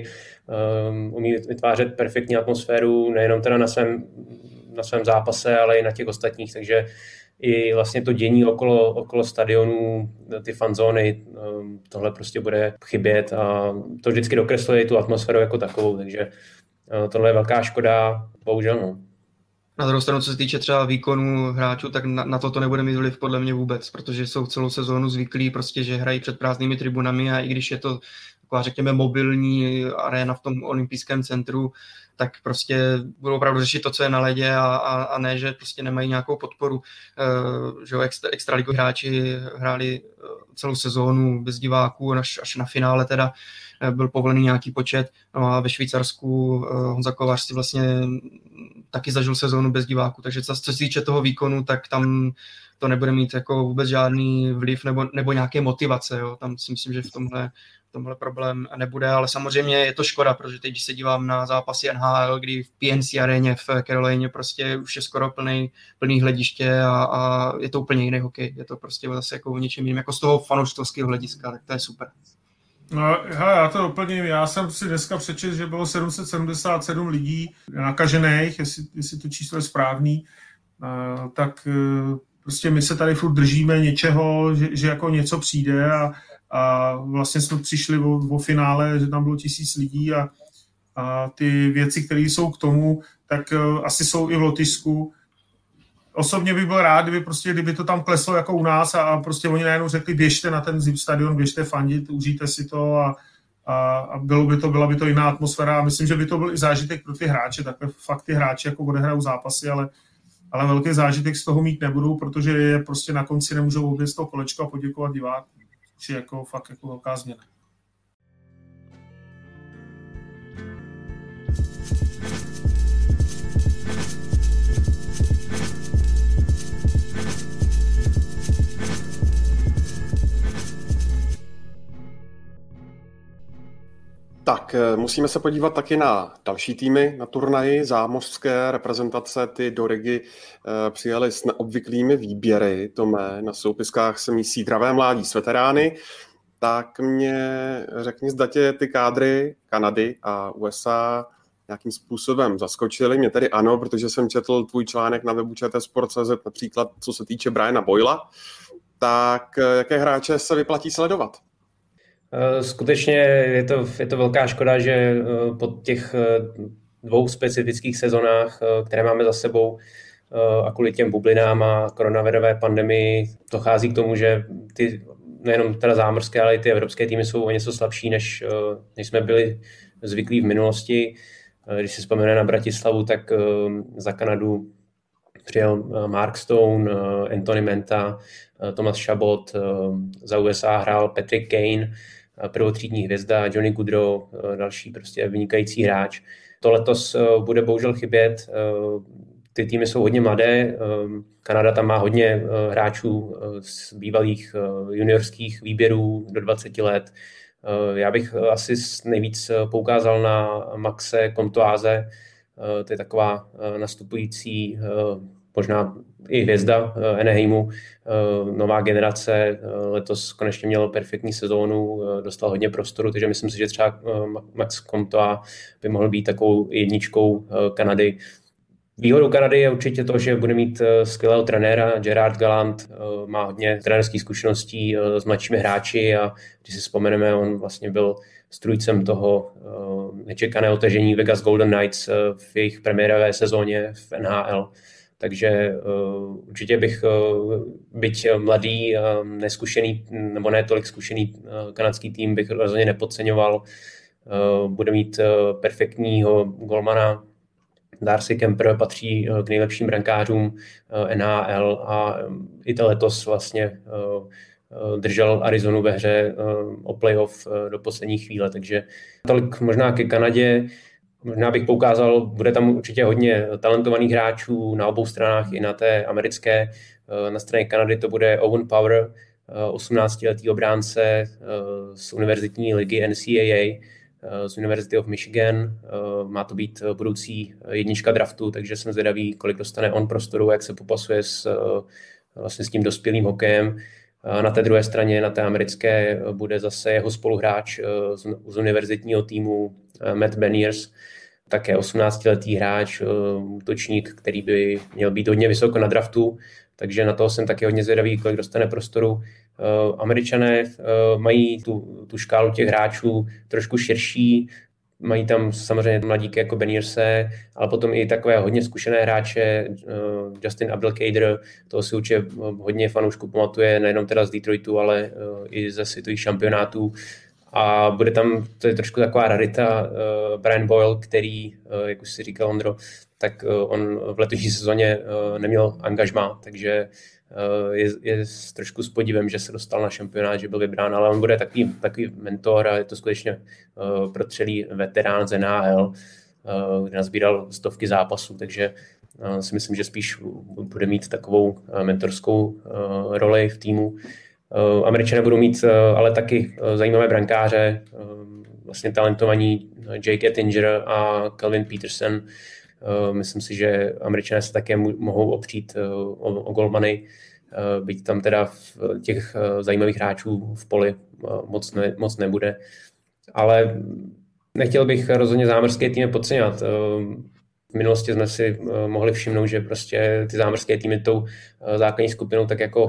um, umí vytvářet perfektní atmosféru, nejenom teda na svém, na svém zápase, ale i na těch ostatních, takže i vlastně to dění okolo, okolo stadionů, ty fanzóny, um, tohle prostě bude chybět a to vždycky dokresluje tu atmosféru jako takovou, takže uh, tohle je velká škoda, bohužel no. Na druhou stranu, co se týče třeba výkonu hráčů, tak na, na to to nebude mít vliv podle mě vůbec, protože jsou celou sezónu zvyklí prostě, že hrají před prázdnými tribunami a i když je to taková, řekněme, mobilní aréna v tom olympijském centru, tak prostě budou opravdu řešit to, co je na ledě a, a, a ne, že prostě nemají nějakou podporu. Uh, že extra, extraligu hráči hráli celou sezónu bez diváků, až, až na finále teda byl povolený nějaký počet. No a ve Švýcarsku uh, Honza Kovář si vlastně taky zažil sezónu bez diváků, takže co se týče toho výkonu, tak tam to nebude mít jako vůbec žádný vliv nebo, nebo nějaké motivace. Jo. Tam si myslím, že v tomhle tomhle problém nebude, ale samozřejmě je to škoda, protože teď, když se dívám na zápasy N H L, kdy v P N C aréně v Carolině prostě už je skoro plný, plný hlediště a, a je to úplně jiný hokej. Je to prostě zase jako něčím jiným, jako z toho fanouškovského hlediska, tak to je super. No, já to doplním, já jsem si dneska přečetl, že bylo sedm set sedmdesát sedm lidí nakažených, jestli, jestli to číslo je správný, uh, tak uh, prostě my se tady furt držíme něčeho, že, že jako něco přijde a a vlastně jsme přišli o, o finále, že tam bylo tisíc lidí a, a ty věci, které jsou k tomu, tak uh, asi jsou i v Lotyšsku. Osobně bych byl rád, kdyby, prostě, kdyby to tam kleslo jako u nás a, a prostě oni najednou řekli, běžte na ten zip stadion, běžte fandit, užijte si to a, a, a bylo by to, byla by to jiná atmosféra a myslím, že by to byl i zážitek pro ty hráče, takhle fakt ty hráči jako odehrajou zápasy, ale, ale velký zážitek z toho mít nebudou, protože je prostě na konci nemůžou obět z toho kolečka a poděkovat divákům. Či jako fakt jako velká změna. Tak, musíme se podívat taky na další týmy na turnaji. Zámořské reprezentace, ty do Rigy e, přijeli s neobvyklými výběry. Tome, na soupiskách se mísí Dravé mládí s veterány. Tak mě řekni, zda tě ty kádry Kanady a U S A nějakým způsobem zaskočily. Mě tedy ano, protože jsem četl tvůj článek na webu Č T Sport tečka cé zet, například co se týče Briana Boyla. Tak jaké hráče se vyplatí sledovat? Skutečně je to, je to velká škoda, že po těch dvou specifických sezonách, které máme za sebou a kvůli těm bublinám a koronavirové pandemii, dochází k tomu, že ty nejenom teda zámořské, ale i ty evropské týmy jsou o něco slabší, než, než jsme byli zvyklí v minulosti. Když si vzpomene na Bratislavu, tak za Kanadu přijel Mark Stone, Anthony Menta, Thomas Chabot, za U S A hrál Patrick Kane, prvotřídní hvězda, Johnny Gaudreau, další prostě vynikající hráč. To letos bude bohužel chybět. Ty týmy jsou hodně mladé. Kanada tam má hodně hráčů z bývalých juniorských výběrů do dvacet let. Já bych asi nejvíc poukázal na Maxe Comtoise. To je taková nastupující, možná i hvězda Anaheimu, nová generace. Letos konečně měl perfektní sezónu, dostal hodně prostoru, takže myslím si, že třeba Max Comtois by mohl být takovou jedničkou Kanady. Výhodou Kanady je určitě to, že bude mít skvělého trenéra. Gerard Gallant má hodně trenérských zkušeností s mladšími hráči a když si vzpomeneme, on vlastně byl strůjcem toho nečekaného tažení Vegas Golden Knights v jejich premiérové sezóně v N H L. Takže uh, určitě bych, uh, byť mladý, uh, neskušený, nebo ne tolik zkušený uh, kanadský tým bych rozhodně nepodceňoval. Uh, bude mít uh, perfektního golmana. Darcy Kemper patří uh, k nejlepším brankářům uh, N H L a um, i to letos vlastně uh, uh, držel Arizonu ve hře uh, o playoff uh, do poslední chvíle. Takže tolik možná ke Kanadě. Možná bych poukázal, bude tam určitě hodně talentovaných hráčů na obou stranách, i na té americké. Na straně Kanady to bude Owen Power, osmnáctiletý obránce z univerzitní ligy N C A A, z University of Michigan. Má to být budoucí jednička draftu, takže jsem zvědavý, kolik dostane on prostoru, jak se popasuje s, vlastně s tím dospělým hokejem. Na té druhé straně, na té americké, bude zase jeho spoluhráč z univerzitního týmu Matt Beniers, také osmnáctiletý hráč, útočník, který by měl být hodně vysoko na draftu, takže na toho jsem taky hodně zvědavý, kolik dostane prostoru. Američané mají tu, tu škálu těch hráčů trošku širší, mají tam samozřejmě mladíky jako Benierse, ale potom i takové hodně zkušené hráče, Justin Abdelkader, toho si určitě hodně fanoušků pamatuje, nejenom teda z Detroitu, ale i ze světových šampionátů. A bude tam, to je trošku taková rarita, Brian Boyle, který, jak už si říkal Ondro, tak on v letošní sezóně neměl angažmá, takže je, je trošku s podívem, že se dostal na šampionát, že byl vybrán, ale on bude takový, takový mentor a je to skutečně protřelý veterán z N H L, kde nazbíral stovky zápasů, takže si myslím, že spíš bude mít takovou mentorskou roli v týmu. Američané budou mít ale taky zajímavé brankáře, vlastně talentovaní Jake Ettinger a Calvin Peterson. Myslím si, že Američané se také mohou opřít o, o golmany, byť tam teda v těch zajímavých hráčů v poli moc, ne, moc nebude. Ale nechtěl bych rozhodně zámořské týmy podceňovat. V minulosti jsme si mohli všimnout, že prostě ty zámořské týmy tou základní skupinou tak jako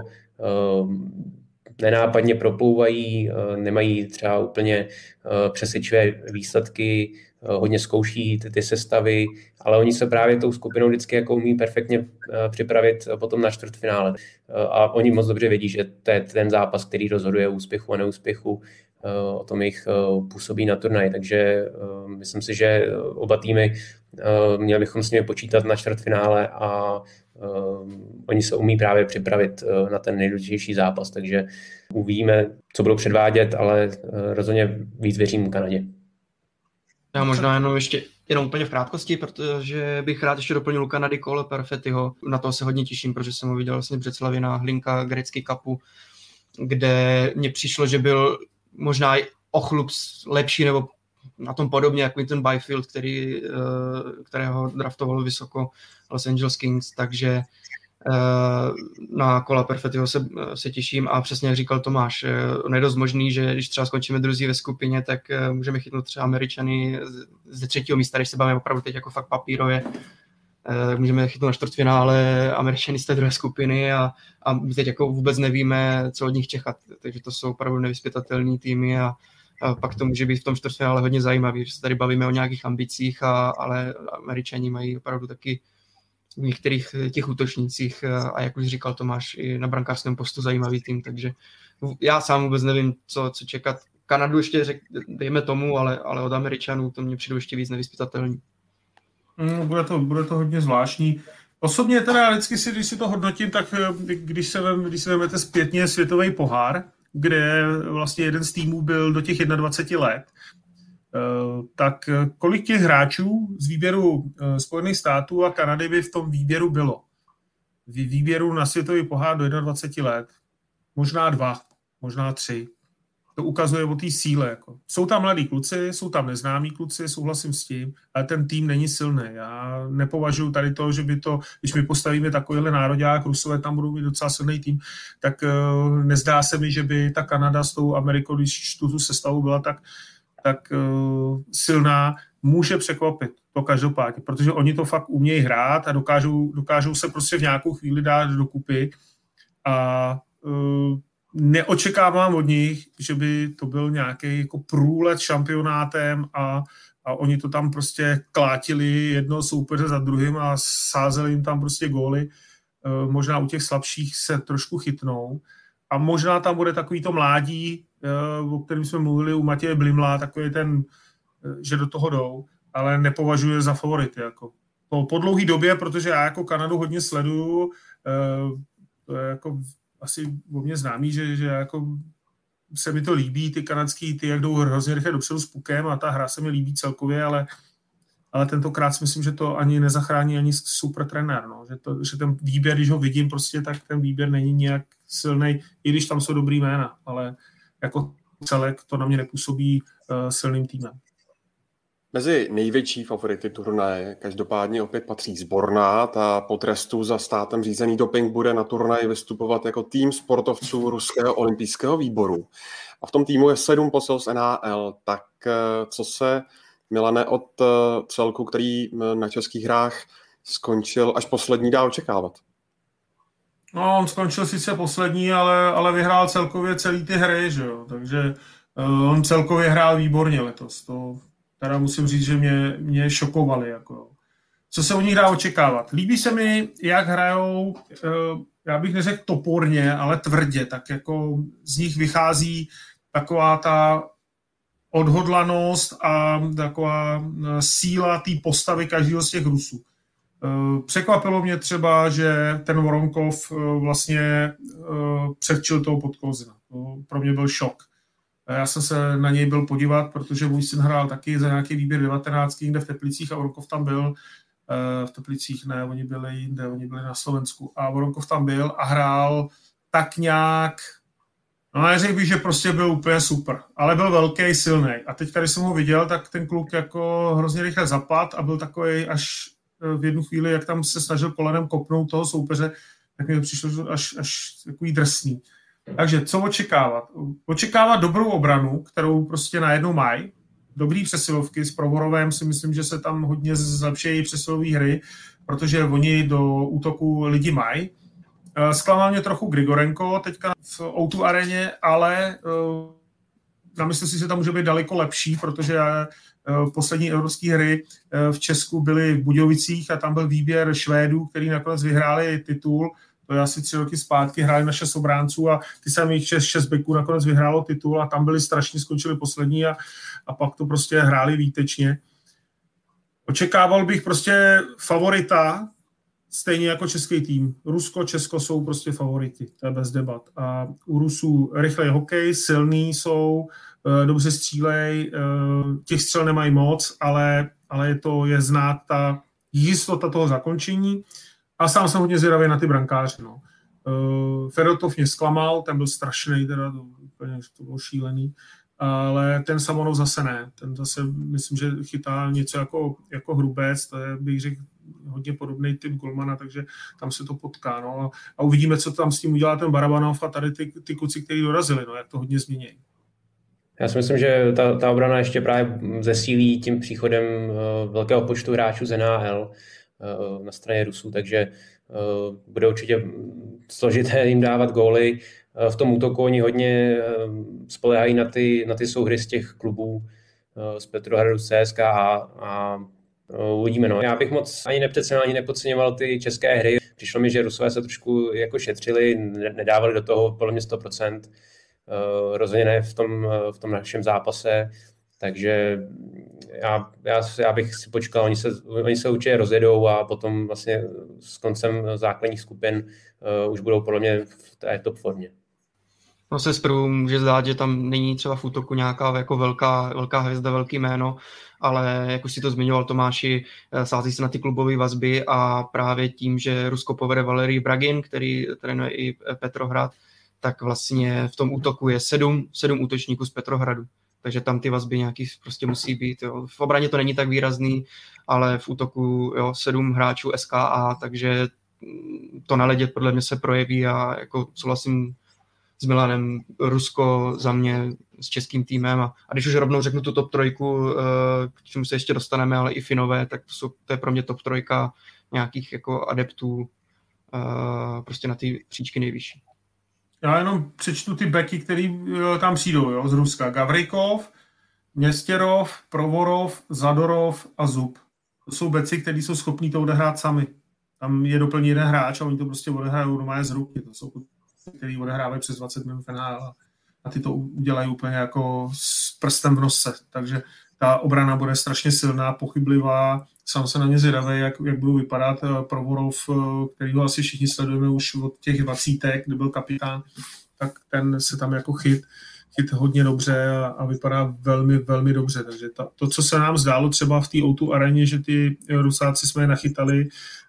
nenápadně proplouvají, nemají třeba úplně přesvědčivé výsledky, hodně zkouší ty, ty sestavy, ale oni se právě tou skupinou vždycky jako umí perfektně připravit potom na čtvrtfinále. A oni moc dobře vědí, že to je ten zápas, který rozhoduje o úspěchu a neúspěchu, o tom jejich působí na turnaj. Takže myslím si, že oba týmy, měli bychom s nimi počítat na čtvrtfinále a oni se umí právě připravit na ten nejdůležitější zápas. Takže uvidíme, co budou předvádět, ale rozhodně víc věřím Kanadě. Já možná jenom ještě jenom úplně v krátkosti, protože bych rád ještě doplnil u Kanady Cole Perfettiho. Na to se hodně těším, protože jsem ho viděl vlastně v Břeclavi na Hlinka Gretzky Cupu, kde mně přišlo, že byl možná o chlup lepší nebo na tom podobně jako Quinton Byfield, který, kterého draftovalo vysoko Los Angeles Kings, takže na Cola Perfettiho se, se těším a přesně jak říkal Tomáš, je dost možný, že když třeba skončíme druzí ve skupině, tak můžeme chytnout třeba Američany ze třetího místa, když se bavíme opravdu teď jako fakt papírově, můžeme chytnout na čtvrtfinále Američany z té druhé skupiny a, a my teď jako vůbec nevíme, co od nich čekat, takže to jsou opravdu nevyzpytatelný týmy a, a pak to může být v tom čtvrtfinále hodně zajímavý, že se tady bavíme o nějakých ambicích, a, ale Američani mají opravdu taky v některých těch útočnících a jak už říkal Tomáš, i na brankářském postu zajímavý tým, takže já sám vůbec nevím, co, co čekat. Kanadu ještě řek, dejme tomu, ale, ale od Američanů to mě přijde ještě víc nevyzpytatelný. Mm, bude, to, bude to hodně zvláštní. Osobně teda vždycky si, když si to hodnotím, tak když se, vem, když se vezmete zpětně světový pohár, kde vlastně jeden z týmů byl do těch dvacet jedna let, tak kolik těch hráčů z výběru Spojených států a Kanady by v tom výběru bylo? V výběru na světový pohár do dvacet jedna let. Možná dva, možná tři. To ukazuje o té síle. Jako. Jsou tam mladí kluci, jsou tam neznámí kluci, souhlasím s tím, ale ten tým není silný. Já nepovažuji tady to, že by to, když my postavíme takovýhle nároďák, Rusové tam budou mít docela silný tým, tak uh, nezdá se mi, že by ta Kanada s tou Amerikou, když tu sestavu byla tak tak uh, silná, může překvapit to každopádně, protože oni to fakt umějí hrát a dokážou, dokážou se prostě v nějakou chvíli dát dokupy a uh, neočekávám od nich, že by to byl nějaký jako průlet šampionátem a, a oni to tam prostě klátili jedno soupeře za druhým a sázeli jim tam prostě góly. Uh, možná u těch slabších se trošku chytnou a možná tam bude takový to mládí, o kterém jsme mluvili u Matěje Blimla, takový ten, že do toho jdou, ale nepovažuje za favority. Jako. Po, po dlouhý době, protože já jako Kanadu hodně sleduju, to je jako asi o mě známý, že, že jako se mi to líbí, ty kanadský, ty jak jdou hrozně rychle dopředu s pukem a ta hra se mi líbí celkově, ale, ale tentokrát si myslím, že to ani nezachrání ani super trenér, no. že, to, že ten výběr, když ho vidím prostě, tak ten výběr není nějak silnej, i když tam jsou dobrý jména, ale jako celek to na mě nepůsobí uh, silným týmem. Mezi největší favority turnaje každopádně opět patří sborná. Ta po trestu za státem řízený doping bude na turnaji vystupovat jako tým sportovců Ruského olympijského výboru. A v tom týmu je sedm posil z N H L. Tak co se, Milane, od celku, který na českých hrách skončil až poslední, dá očekávat? No, on skončil sice poslední, ale, ale vyhrál celkově celý ty hry, že jo? Takže uh, on celkově hrál výborně letos. To teda musím říct, že mě, mě šokovali. Jako. Co se u nich dá očekávat? Líbí se mi, jak hrajou, uh, já bych neřekl toporně, ale tvrdě, tak jako z nich vychází taková ta odhodlanost a taková síla té postavy každého z těch Rusů. Překvapilo mě třeba, že ten Voronkov vlastně předčil toho Podkozina. To pro mě byl šok. Já jsem se na něj byl podívat, protože můj syn hrál taky za nějaký výběr devatenáct někde v Teplicích a Voronkov tam byl. V Teplicích ne, oni byli jinde, oni byli na Slovensku. A Voronkov tam byl a hrál tak nějak, no neřekl bych, že prostě byl úplně super, ale byl velký, silný. A teď, když jsem ho viděl, tak ten kluk jako hrozně rychle zapad a byl takový až v jednu chvíli, jak tam se snažil kolenem kopnout toho soupeře, tak mi to přišlo až, až takový drsný. Takže co očekávat? Očekávat dobrou obranu, kterou prostě najednou mají. Dobrý přesilovky s Provorovem si myslím, že se tam hodně zlepší přesilové hry, protože oni do útoku lidi mají. Zklamal mě trochu Grigorenko teďka v ó dva aréně, ale na myslím si, že tam může být daleko lepší, protože poslední evropské hry v Česku byly v Budějovicích a tam byl výběr Švédů, který nakonec vyhráli titul. To je asi tři roky zpátky, hráli na šest obránců a ty samých šest, šest beků nakonec vyhrálo titul a tam byli strašně, skončili poslední a, a pak to prostě hráli výtečně. Očekával bych prostě favorita, stejně jako český tým. Rusko, Česko jsou prostě favoriti, to je bez debat. A u Rusů rychlej hokej, silný jsou, dobře střílej, těch střel nemají moc, ale, ale je to je znát ta jistota toho zakončení. A sám jsem hodně zvědavý na ty brankáře. No. Fedotov mě zklamal, ten byl strašný, teda to, úplně, to bylo šílený. Ale ten Samonov zase ne. Ten zase, myslím, že chytá něco jako, jako Hrubec, to je, bych řekl, hodně podobný typ golmana, takže tam se to potká. No. A uvidíme, co tam s tím udělá ten Barabanov a tady ty, ty kluci, kteří dorazili, no, jak to hodně změní. Já si myslím, že ta, ta obrana ještě právě zesílí tím příchodem uh, velkého počtu hráčů z N H L uh, na straně Rusů, takže uh, bude určitě složité jim dávat góly. Uh, v tom útoku oni hodně uh, spoléhají na ty, na ty souhry z těch klubů uh, z Petrohradu, C S K A a uh, uvidíme. No. Já bych moc ani nepodceňoval, ani nepodceňoval ty české hry. Přišlo mi, že Rusové se trošku jako šetřili, nedávali do toho podle mě sto procent. Uh, rozhodně ne v tom, v tom našem zápase, takže já, já, já bych si počkal, oni se, oni se určitě rozjedou a potom vlastně s koncem základních skupin uh, už budou podle mě v té top formě. No se zprvu může zdát, že tam není třeba v útoku nějaká jako velká, velká hvězda, velký jméno, ale jak už si to zmiňoval Tomáši, sází se na ty klubové vazby a právě tím, že Rusko povede Valerij Bragin, který trénuje i Petrohrad, tak vlastně v tom útoku je sedm, sedm útočníků z Petrohradu. Takže tam ty vazby nějaký prostě musí být. Jo. V obraně to není tak výrazný, ale v útoku jo, sedm hráčů S K A, takže to na ledě podle mě se projeví a jako souhlasím s Milanem, Rusko za mě s českým týmem a, a když už rovnou řeknu tu top trojku, k čemu se ještě dostaneme, ale i Finové, tak to, jsou, to je pro mě top trojka nějakých jako adeptů prostě na ty příčky nejvyšší. Já jenom přečtu ty beky, který tam přijdou, jo, z Ruska. Gavrikov, Městěrov, Provorov, Zadorov a Zub. To jsou beci, kteří jsou schopní to odehrát sami. Tam je doplní jeden hráč a oni to prostě odehrají normálně z ruky. To jsou kteří odehrávají přes dvacet minut a, a ty to udělají úplně jako s prstem v nose. Takže ta obrana bude strašně silná, pochybливá. Sám se na ně zvědavý, jak, jak budou vypadat. Provorov, kterýho asi všichni sledujeme už od těch dvacítek, kdy byl kapitán, tak ten se tam jako chyt, chyt hodně dobře a, a vypadá velmi, velmi dobře. Takže ta, to, co se nám zdálo třeba v té ó dva aréně, že ty Rusáci jsme je nachytali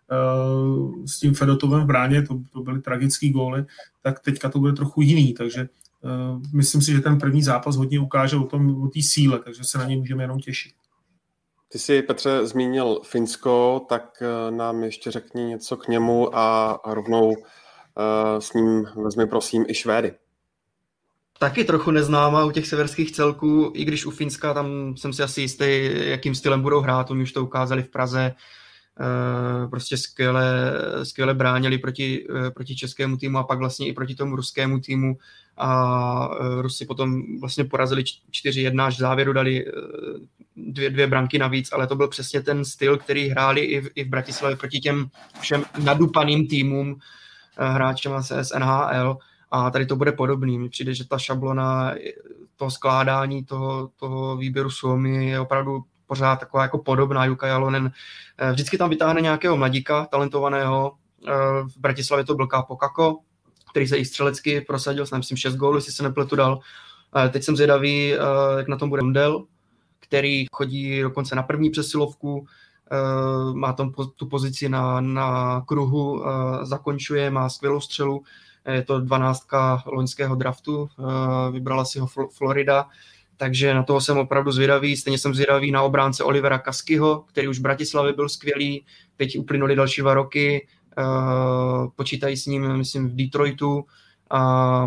uh, s tím Fedotovem v bráně, to, to byly tragický góly, tak teďka to bude trochu jiný. Takže uh, myslím si, že ten první zápas hodně ukáže o tom, o té síle, takže se na něj můžeme jenom těšit. Ty jsi, Petře, zmínil Finsko, tak nám ještě řekni něco k němu a rovnou uh, s ním vezmi prosím i Švédy. Taky trochu neznámá u těch severských celků, i když u Finska tam jsem si asi jistý, jakým stylem budou hrát, oni už to ukázali v Praze, prostě skvěle, skvěle bránili proti, proti českému týmu a pak vlastně i proti tomu ruskému týmu a Rusi potom vlastně porazili čtyři jedna, až v závěru dali dvě, dvě branky navíc, ale to byl přesně ten styl, který hráli i v, i v Bratislavě proti těm všem nadupaným týmům hráčem z N H L. A tady to bude podobný. Mně přijde, že ta šablona toho skládání, toho, toho výběru Suomi je opravdu pořád taková jako podobná. Jukka Jalonen vždycky tam vytáhne nějakého mladíka, talentovaného. V Bratislavě to byl Kaapo Kakko, který se i střelecky prosadil, jsem myslím šest gólů, jestli se nepletu dal. Teď jsem zvědavý, jak na tom bude Lundell, který chodí dokonce na první přesilovku, má tam tu pozici na, na kruhu, zakončuje, má skvělou střelu. Je to dvanáctka loňského draftu, vybrala si ho Florida, takže na toho jsem opravdu zvědavý. Stejně jsem zvědavý na obránce Olivera Kaskiho, který už v Bratislavě byl skvělý, teď uplynuli další dva roky, počítají s ním, myslím, v Detroitu a,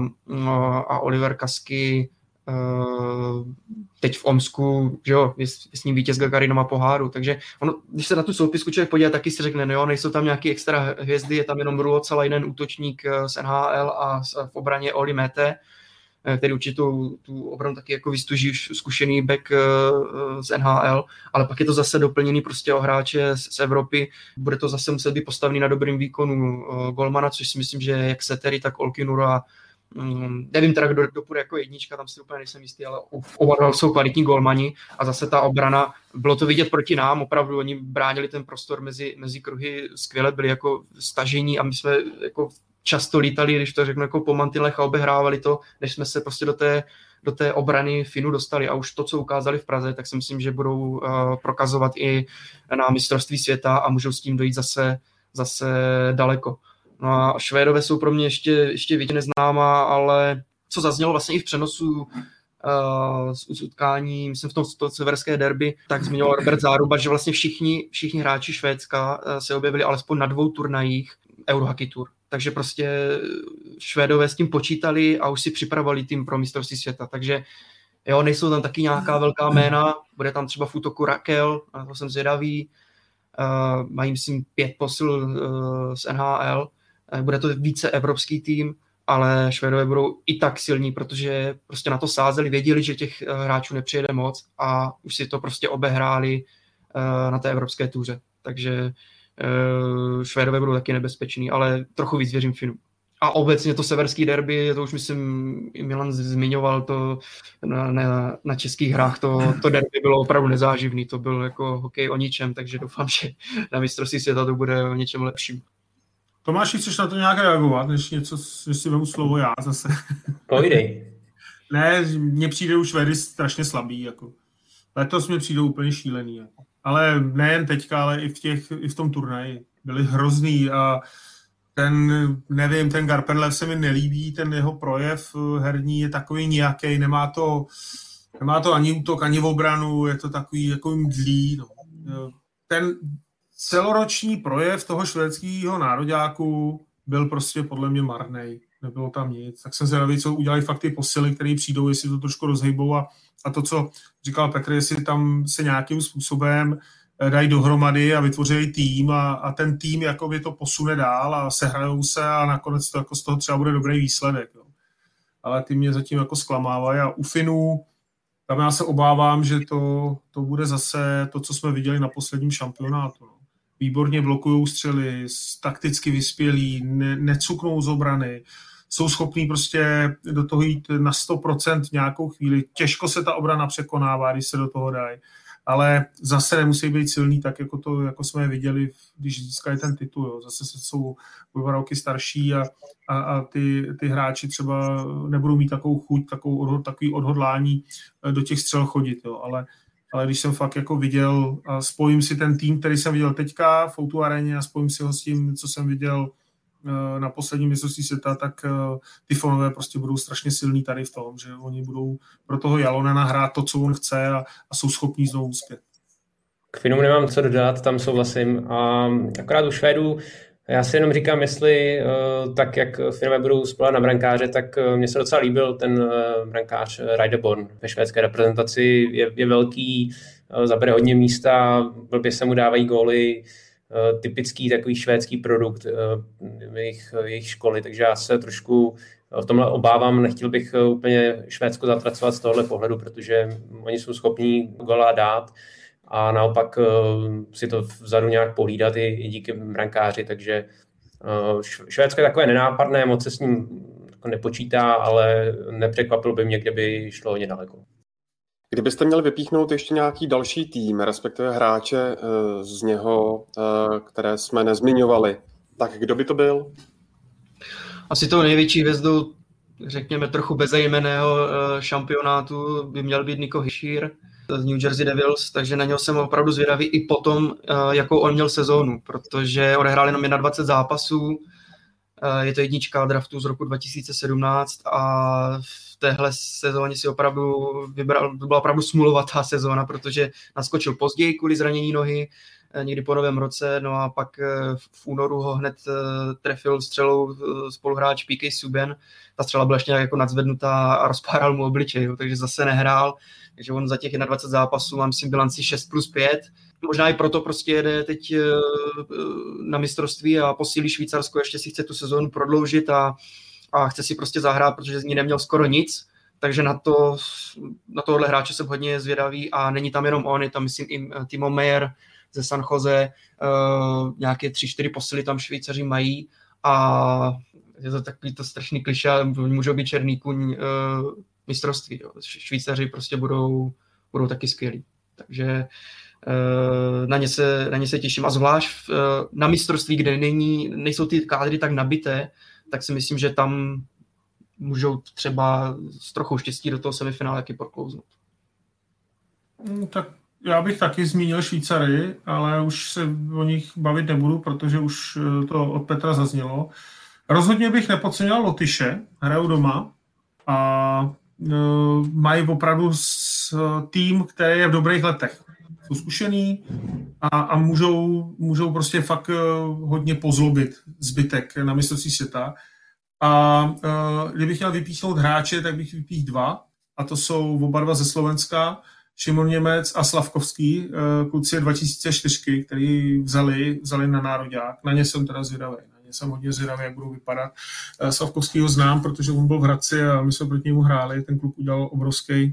a Oliver Kasky teď v Omsku, že jo, je, je s ním vítěz Gagarinova poháru, takže ono, když se na tu soupisku člověk podívá, taky si řekne, no jo, nejsou tam nějaký extra hvězdy, je tam jenom Ruotsalainen, útočník z N H L a v obraně Olli Mete, který určitě tu, tu obranu taky jako vystuží zkušený back z N H L, ale pak je to zase doplněný prostě o hráče z, z Evropy, bude to zase muset být postavený na dobrým výkonu golmana, což si myslím, že jak Seteri, tak Olkinura. Mm, nevím teda, kdo, kdo půjde jako jednička, tam si úplně nejsem jistý, ale oba jsou kvalitní golmani a zase ta obrana, bylo to vidět proti nám, opravdu oni bránili ten prostor mezi, mezi kruhy, skvěle byli jako stažení a my jsme jako často lítali, když to řeknu, jako po mantinelech a obehrávali to, než jsme se prostě do té, do té obrany Finů dostali a už to, co ukázali v Praze, tak si myslím, že budou uh, prokazovat i na mistrovství světa a můžou s tím dojít zase, zase daleko. No a Švédové jsou pro mě ještě, ještě víc neznámá, ale co zaznělo vlastně i v přenosu uh, z utkání, myslím v tom, tom severské derby, tak zmiňoval Robert Záruba, že vlastně všichni, všichni hráči Švédska uh, se objevili alespoň na dvou turnajích Eurohockey Tour. Takže prostě Švédové s tím počítali a už si připravovali tým pro mistrovství světa. Takže jo, nejsou tam taky nějaká velká jména, bude tam třeba Futoku Rakel, na to jsem zvědavý, uh, mají myslím pět posil uh, z N H L, bude to více evropský tým, ale Švédové budou i tak silní, protože prostě na to sázeli, věděli, že těch hráčů nepřijede moc a už si to prostě obehráli na té evropské túře. Takže Švédové budou taky nebezpeční, ale trochu víc věřím Finům. A obecně to severský derby, to už myslím, i Milan zmiňoval to na, na, na českých hrách, to, to derby bylo opravdu nezáživný, to byl jako hokej o ničem, takže doufám, že na mistrovství světa to bude o něčem lepším. Tomáši, chceš na to nějak reagovat, než něco, než si vemu slovo já zase? Pojdej. Ne, mně přijde už Švédy strašně slabý, jako. Letos mě přijdou úplně šílený, jako. Ale nejen teďka, ale i v, těch, i v tom turnaji. Byli hrozný a ten, nevím, ten Garpenlev se mi nelíbí, ten jeho projev herní je takový nějaký, nemá to, nemá to ani útok, ani v obranu, je to takový jako mdlý. No. Ten celoroční projev toho švédského nároďáku byl prostě podle mě marnej. Nebylo tam nic. Tak jsem zvědavý, co udělají fakt ty posily, které přijdou, jestli to trošku rozhejbou a, a to, co říkal Petr, jestli tam se nějakým způsobem dají dohromady a vytvoří tým a, a ten tým jakoby to posune dál a sehrajou se a nakonec to jako z toho třeba bude dobrý výsledek. Jo. Ale ty mě zatím jako zklamávají a u Finů tam já se obávám, že to, to bude zase to, co jsme viděli na posledním šampionátu. No. Výborně blokují střely, takticky vyspělí, ne, necuknou z obrany, jsou schopní prostě do toho jít na sto procent nějakou chvíli. Těžko se ta obrana překonává, když se do toho dají, ale zase nemusí být silný, tak jako, to, jako jsme viděli, když získali ten titul. Jo. Zase jsou dva roky starší a, a, a ty, ty hráči třeba nebudou mít takovou chuť, takovou odhod, takový odhodlání do těch střel chodit, jo. Ale ale když jsem fakt jako viděl a spojím si ten tým, který jsem viděl teďka v Outu aréně a spojím si ho s tím, co jsem viděl na posledním mistrovství světa, tak ty Finové prostě budou strašně silní tady v tom, že oni budou pro toho Jalonena hrát to, co on chce a, a jsou schopní znovu uspět. K Finům nemám co dodat, tam souhlasím. A akorát u Švédů, já si jenom říkám, jestli tak, jak Finové budou spoléhat na brankáře, tak mně se docela líbil ten brankář Reideborn ve švédské reprezentaci. Je, je velký, zabere hodně místa, blbě se mu dávají góly, typický takový švédský produkt jejich, jejich školy, takže já se trošku v tomhle obávám, nechtěl bych úplně Švédsko zatracovat z tohohle pohledu, protože oni jsou schopní góla dát a naopak si to vzadu nějak pohlídat i, i díky brankáři, takže Švédsko je takové nenápadné, moc se s ním nepočítá, ale nepřekvapilo by mě, kdyby šlo hodně daleko. Kdybyste měli vypíchnout ještě nějaký další tým, respektive hráče z něho, které jsme nezmiňovali, tak kdo by to byl? Asi tou největší hvězdou, řekněme trochu bezejmenného šampionátu by měl být Nico Hischier z New Jersey Devils, takže na něho jsem opravdu zvědavý i potom, jakou on měl sezónu, protože odehrál jenom dvacet jedna zápasů, je to jednička draftu z roku dva tisíce sedmnáct a v téhle sezóně si opravdu vybral, to byla opravdu smulovatá sezóna, protože naskočil později kvůli zranění nohy, někdy po novém roce, no a pak v únoru ho hned trefil střelou spoluhráč P K Subban. Ta střela byla ještě jako nadzvednutá a rozpáral mu obličej, jo, takže zase nehrál. Takže on za těch dvacet jedna zápasů má, myslím, bilanci šest plus pět. Možná i proto prostě jede teď na mistrovství a posílí Švýcarsko, ještě si chce tu sezónu prodloužit a, a chce si prostě zahrát, protože z ní neměl skoro nic. Takže na, to, na tohohle hráče jsem hodně zvědavý a není tam jenom on, je tam, myslím, i Timo Meyer ze San Jose, uh, nějaké tři, čtyři posily tam Švýcaři mají a je to takový to strašný klišé, můžou být černý kuň uh, mistrovství. Jo. Švýcaři prostě budou, budou taky skvělí. Takže uh, na, ně se, na ně se těším. A zvlášť uh, na mistrovství, kde není, nejsou ty kádry tak nabité, tak si myslím, že tam můžou třeba s trochou štěstí do toho semifinále taky proklouznout. No, tak já bych taky zmínil Švýcary, ale už se o nich bavit nebudu, protože už to od Petra zaznělo. Rozhodně bych nepodceňoval Lotyše, hrajou doma a e, mají opravdu s, tým, který je v dobrých letech. Jsou zkušený a, a můžou, můžou prostě fakt hodně pozlobit zbytek na mistrovství světa. A e, kdybych měl vypíchnout hráče, tak bych vypích dva, a to jsou oba dva ze Slovenska, Šimon Němec a Slavkovský, kluci dva tisíce čtyři, který vzali, vzali na nároďák. Na ně jsem teda zvědavý. Na ně jsem hodně zvědavý, jak budou vypadat. Slavkovskýho znám, protože on byl v Hradci a my jsme proti němu hráli. Ten kluk udělal obrovský,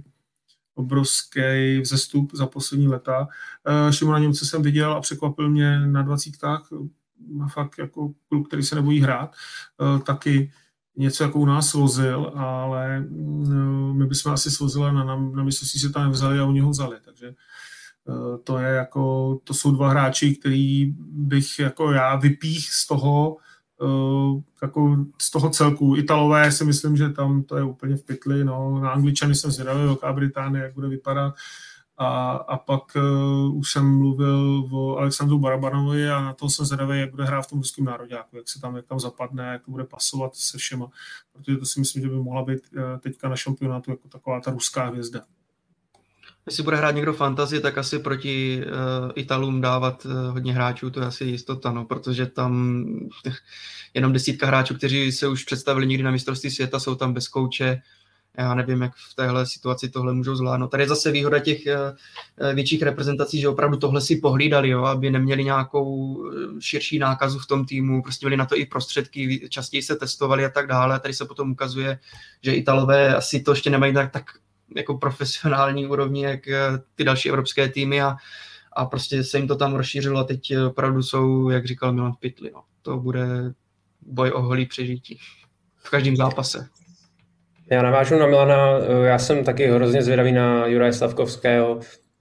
obrovský vzestup za poslední leta. Šimona Němce jsem viděl a překvapil mě na dvacítkách. Fakt jako kluk, který se nebojí hrát. Taky něco jako u nás svozil, ale no, my bychom asi svozili na, na, na mistrovství se tam nevzali a oni ho vzali, takže uh, to je jako, to jsou dva hráči, který bych jako já vypích z toho, uh, jako z toho celku. Italové si myslím, že tam to je úplně v pytli, no, na Angličany jsem zvědavý, Velká Británie, jak bude vypadat. A, a pak uh, už jsem mluvil o Alexandru Barabanovi a na to jsem zvědavý, jak bude hrát v tom ruském nároďáku, jak se tam, jak tam zapadne, jak to bude pasovat se všema. Protože to si myslím, že by mohla být uh, teďka na šampionátu jako taková ta ruská hvězda. Jestli bude hrát někdo fantasy, tak asi proti uh, Italům dávat uh, hodně hráčů, to je asi jistota, no, protože tam jenom desítka hráčů, kteří se už představili někdy na mistrovství světa, jsou tam bez kouče. Já nevím, jak v téhle situaci tohle můžou zvládnout. Tady je zase výhoda těch větších reprezentací, že opravdu tohle si pohlídali, jo, aby neměli nějakou širší nákazu v tom týmu, prostě měli na to i prostředky, častěji se testovali a tak dále. A tady se potom ukazuje, že Italové asi to ještě nemají tak, tak jako profesionální úrovni, jak ty další evropské týmy a, a prostě se jim to tam rozšířilo a teď opravdu jsou, jak říkal Milan, v pytli. No. To bude boj o holý přežití v každém zápase. Já navážu na Milana, já jsem taky hrozně zvědavý na Juraje Slavkovského.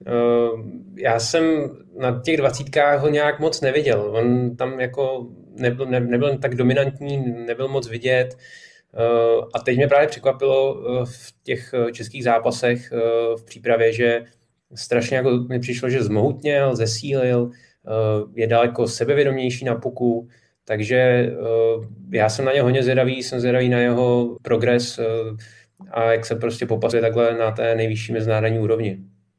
Já jsem na těch dvacítkách ho nějak moc neviděl. On tam jako nebyl, ne, nebyl tak dominantní, nebyl moc vidět. A teď mě právě překvapilo v těch českých zápasech v přípravě, že strašně jako mi přišlo, že zmohutněl, zesílil, je daleko sebevědomější na puku. Takže uh, já jsem na něj hodně zvědavý, jsem zvědavý na jeho progres uh, a jak se prostě popasuje takhle na té nejvyšší mezinárodní úrovni.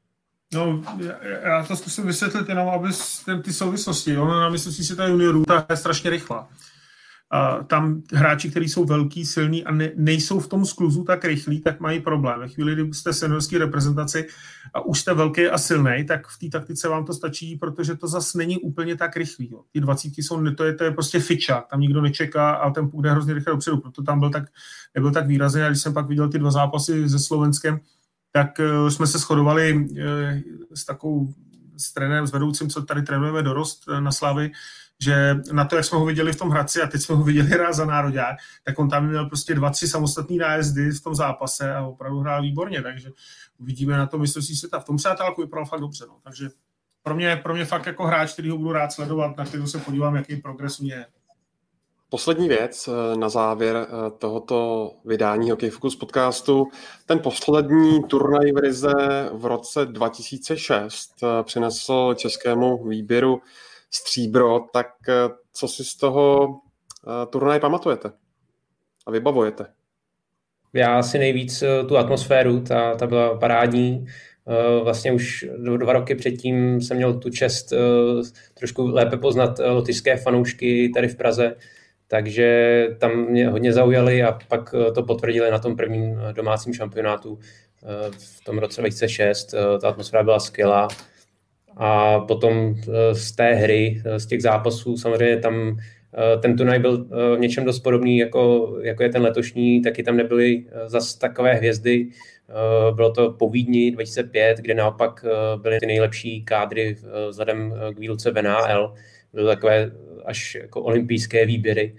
No, já, já to zkusím vysvětlit jenom, aby ten, ty souvislosti. Ono na mistrovství světa juniorů ta je strašně rychlá. A tam hráči, kteří jsou velký, silní a ne, nejsou v tom skluzu tak rychlí, tak mají problém. Ve chvíli, kdy jste v seniorské reprezentaci a už jste velký a silný, tak v té taktice vám to stačí, protože to zase není úplně tak rychlý. Jo. Ty dvacítky jsou, to je, to je prostě fičák, tam nikdo nečeká a ten půjde hrozně rychle dopředu, proto tam byl tak, nebyl tak výrazný. A když jsem pak viděl ty dva zápasy se Slovenskem, tak uh, jsme se shodovali uh, s takovou s trenérem, s vedoucím, co tady trénujeme dorost uh, na Slavii, že na to, jak jsme ho viděli v tom Hradci a teď jsme ho viděli hrát za nároďák, tak on tam měl prostě dva, tři samostatný nájezdy v tom zápase a opravdu hrál výborně, takže uvidíme na to mistrovství světa. V tom přátálku vypadal fakt dobře, no. Takže pro mě, pro mě fakt jako hráč, který ho budu rád sledovat, na který se podívám, jaký progres je. Poslední věc na závěr tohoto vydání Hokej Focus podcastu. Ten poslední turnaj v Rize v roce dva tisíce šest přinesl českému výběru stříbro, tak co si z toho turnaje pamatujete a vybavujete? Já si nejvíc tu atmosféru, ta, ta byla parádní. Vlastně už dva roky předtím jsem měl tu čest trošku lépe poznat lotyšské fanoušky tady v Praze, takže tam mě hodně zaujali a pak to potvrdili na tom prvním domácím šampionátu v tom roce dva tisíce šest. Ta atmosféra byla skvělá. A potom z té hry, z těch zápasů, samozřejmě tam ten turnaj byl v něčem dost podobný, jako, jako je ten letošní, taky tam nebyly zas takové hvězdy. Bylo to po Vídni dva tisíce pět, kde naopak byly ty nejlepší kádry vzhledem k výluce v N H L. Byly takové až jako olympijské výběry.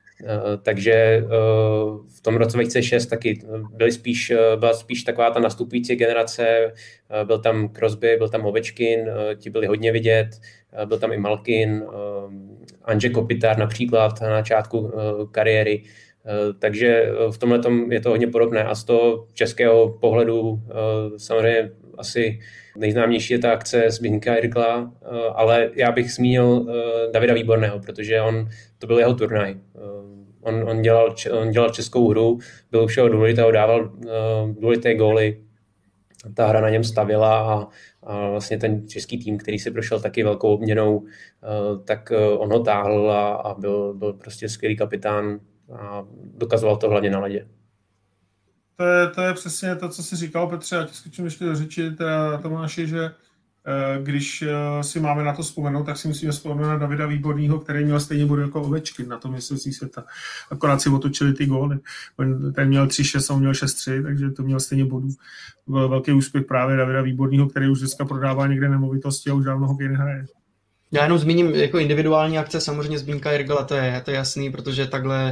Takže v tom roce dva tisíce šest taky byly spíš, byla spíš taková ta nastupující generace. Byl tam Crosby, byl tam Ovečkin, ti byli hodně vidět. Byl tam i Malkin, Anže Kopitar například na začátku kariéry. Takže v tomhle je to hodně podobné. A z toho českého pohledu samozřejmě asi nejznámější je ta akce Zbyňka Irgla, ale já bych zmínil Davida Výborného, protože on, to byl jeho turnaj. On, on, dělal, on dělal českou hru, byl všeho důležitého, dával uh, důležité góly, ta hra na něm stavila a, a vlastně ten český tým, který si prošel taky velkou obměnou, uh, tak uh, on ho táhl a, a byl, byl prostě skvělý kapitán a dokazoval to hlavně na ledě. To je, to je přesně to, co jsi říkal, Petře, a ti skočím ještě do řeči, teda Tomáši, že když si máme na to vzpomenout, tak si musíme vzpomenout na Davida Výborného, který měl stejně body jako Ovečkin na tom mistrovství světa. Akorát si otočili ty góly. Ten měl tři šest, on měl šest tři, takže to měl stejně bodů. Velký úspěch právě Davida Výborného, který už dneska prodává někde nemovitosti a už dávno hokej nehraje. Já jenom zmíním jako individuální akce, samozřejmě Zbyňka Irgla, to je, to je jasný, protože takhle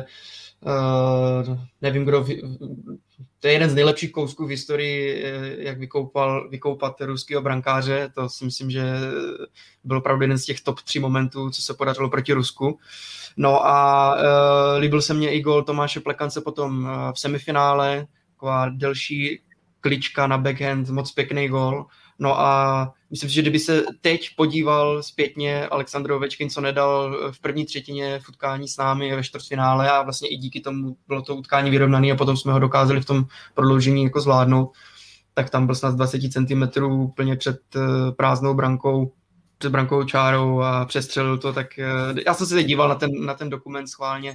uh, nevím, kdo to je jeden z nejlepších kousků v historii, jak vykoupal, vykoupat ruského brankáře. To si myslím, že byl opravdu jeden z těch top tři momentů, co se podařilo proti Rusku. No a uh, líbil se mně i gól Tomáše Plekance potom uh, v semifinále, taková delší klička na backhand, moc pěkný gól. No a myslím si, že kdyby se teď podíval zpětně Alexandr Ovečkin, co nedal v první třetině v utkání s námi ve čtvrtfinále a vlastně i díky tomu bylo to utkání vyrovnané a potom jsme ho dokázali v tom prodloužení jako zvládnout, tak tam byl snad dvacet centimetrů úplně před prázdnou brankou, před brankou čárou a přestřelil to, tak já jsem se teď díval na ten, na ten dokument schválně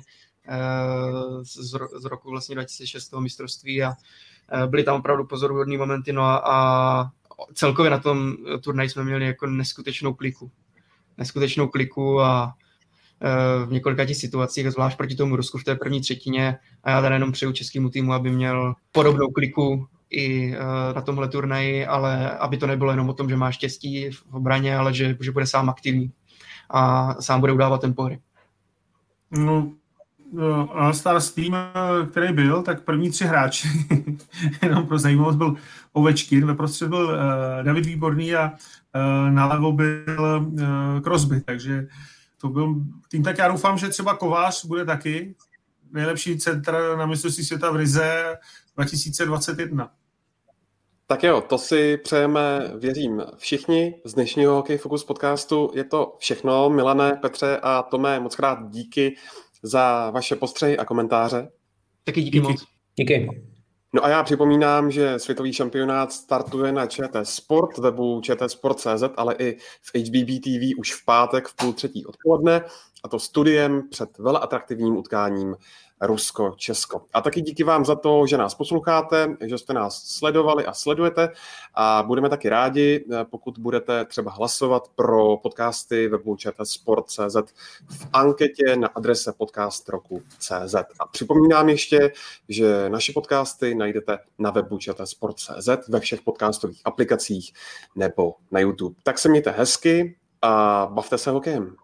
z, z roku vlastně dva tisíce šest toho mistrovství a byly tam opravdu pozoruhodné momenty, no a, a celkově na tom turnaji jsme měli jako neskutečnou kliku. Neskutečnou kliku a e, v několika těch situacích, zvlášť proti tomu Rusku v té první třetině. A já tady jenom přeju českému týmu, aby měl podobnou kliku i e, na tomhle turnaji, ale aby to nebylo jenom o tom, že má štěstí v obraně, ale že, že bude sám aktivní a sám bude udávat tempo hry. No, a Stars tým, který byl, tak první tři hráči, jenom pro zajímavost, byl Ovečkin, ve prostřed byl uh, David Výborný a uh, nalevo byl uh, Crosby, takže to byl tým, tak já doufám, že třeba Kovář bude taky nejlepší centr na mistrovství světa v Rize dva tisíce dvacet jedna. Tak jo, to si přejeme, věřím, všichni z dnešního Hokej Focus podcastu. Je to všechno, Milane, Petře a Tome, moc krát díky za vaše postřehy a komentáře. Taky díky, díky. moc. Díky. No a já připomínám, že světový šampionát startuje na Č T Sport, webu Č T Sport tečka cé zet, ale i v H B B T V už v pátek v půl třetí odpoledne, a to studiem před veleatraktivním utkáním Rusko-Česko. A taky díky vám za to, že nás posloucháte, že jste nás sledovali a sledujete, a budeme taky rádi, pokud budete třeba hlasovat pro podcasty webu Č T Sport tečka cé zet v anketě na adrese podcast roku tečka cé zet. A připomínám ještě, že naše podcasty najdete na webu Č T Sport tečka cé zet, ve všech podcastových aplikacích nebo na YouTube. Tak se mějte hezky a bavte se hokejem.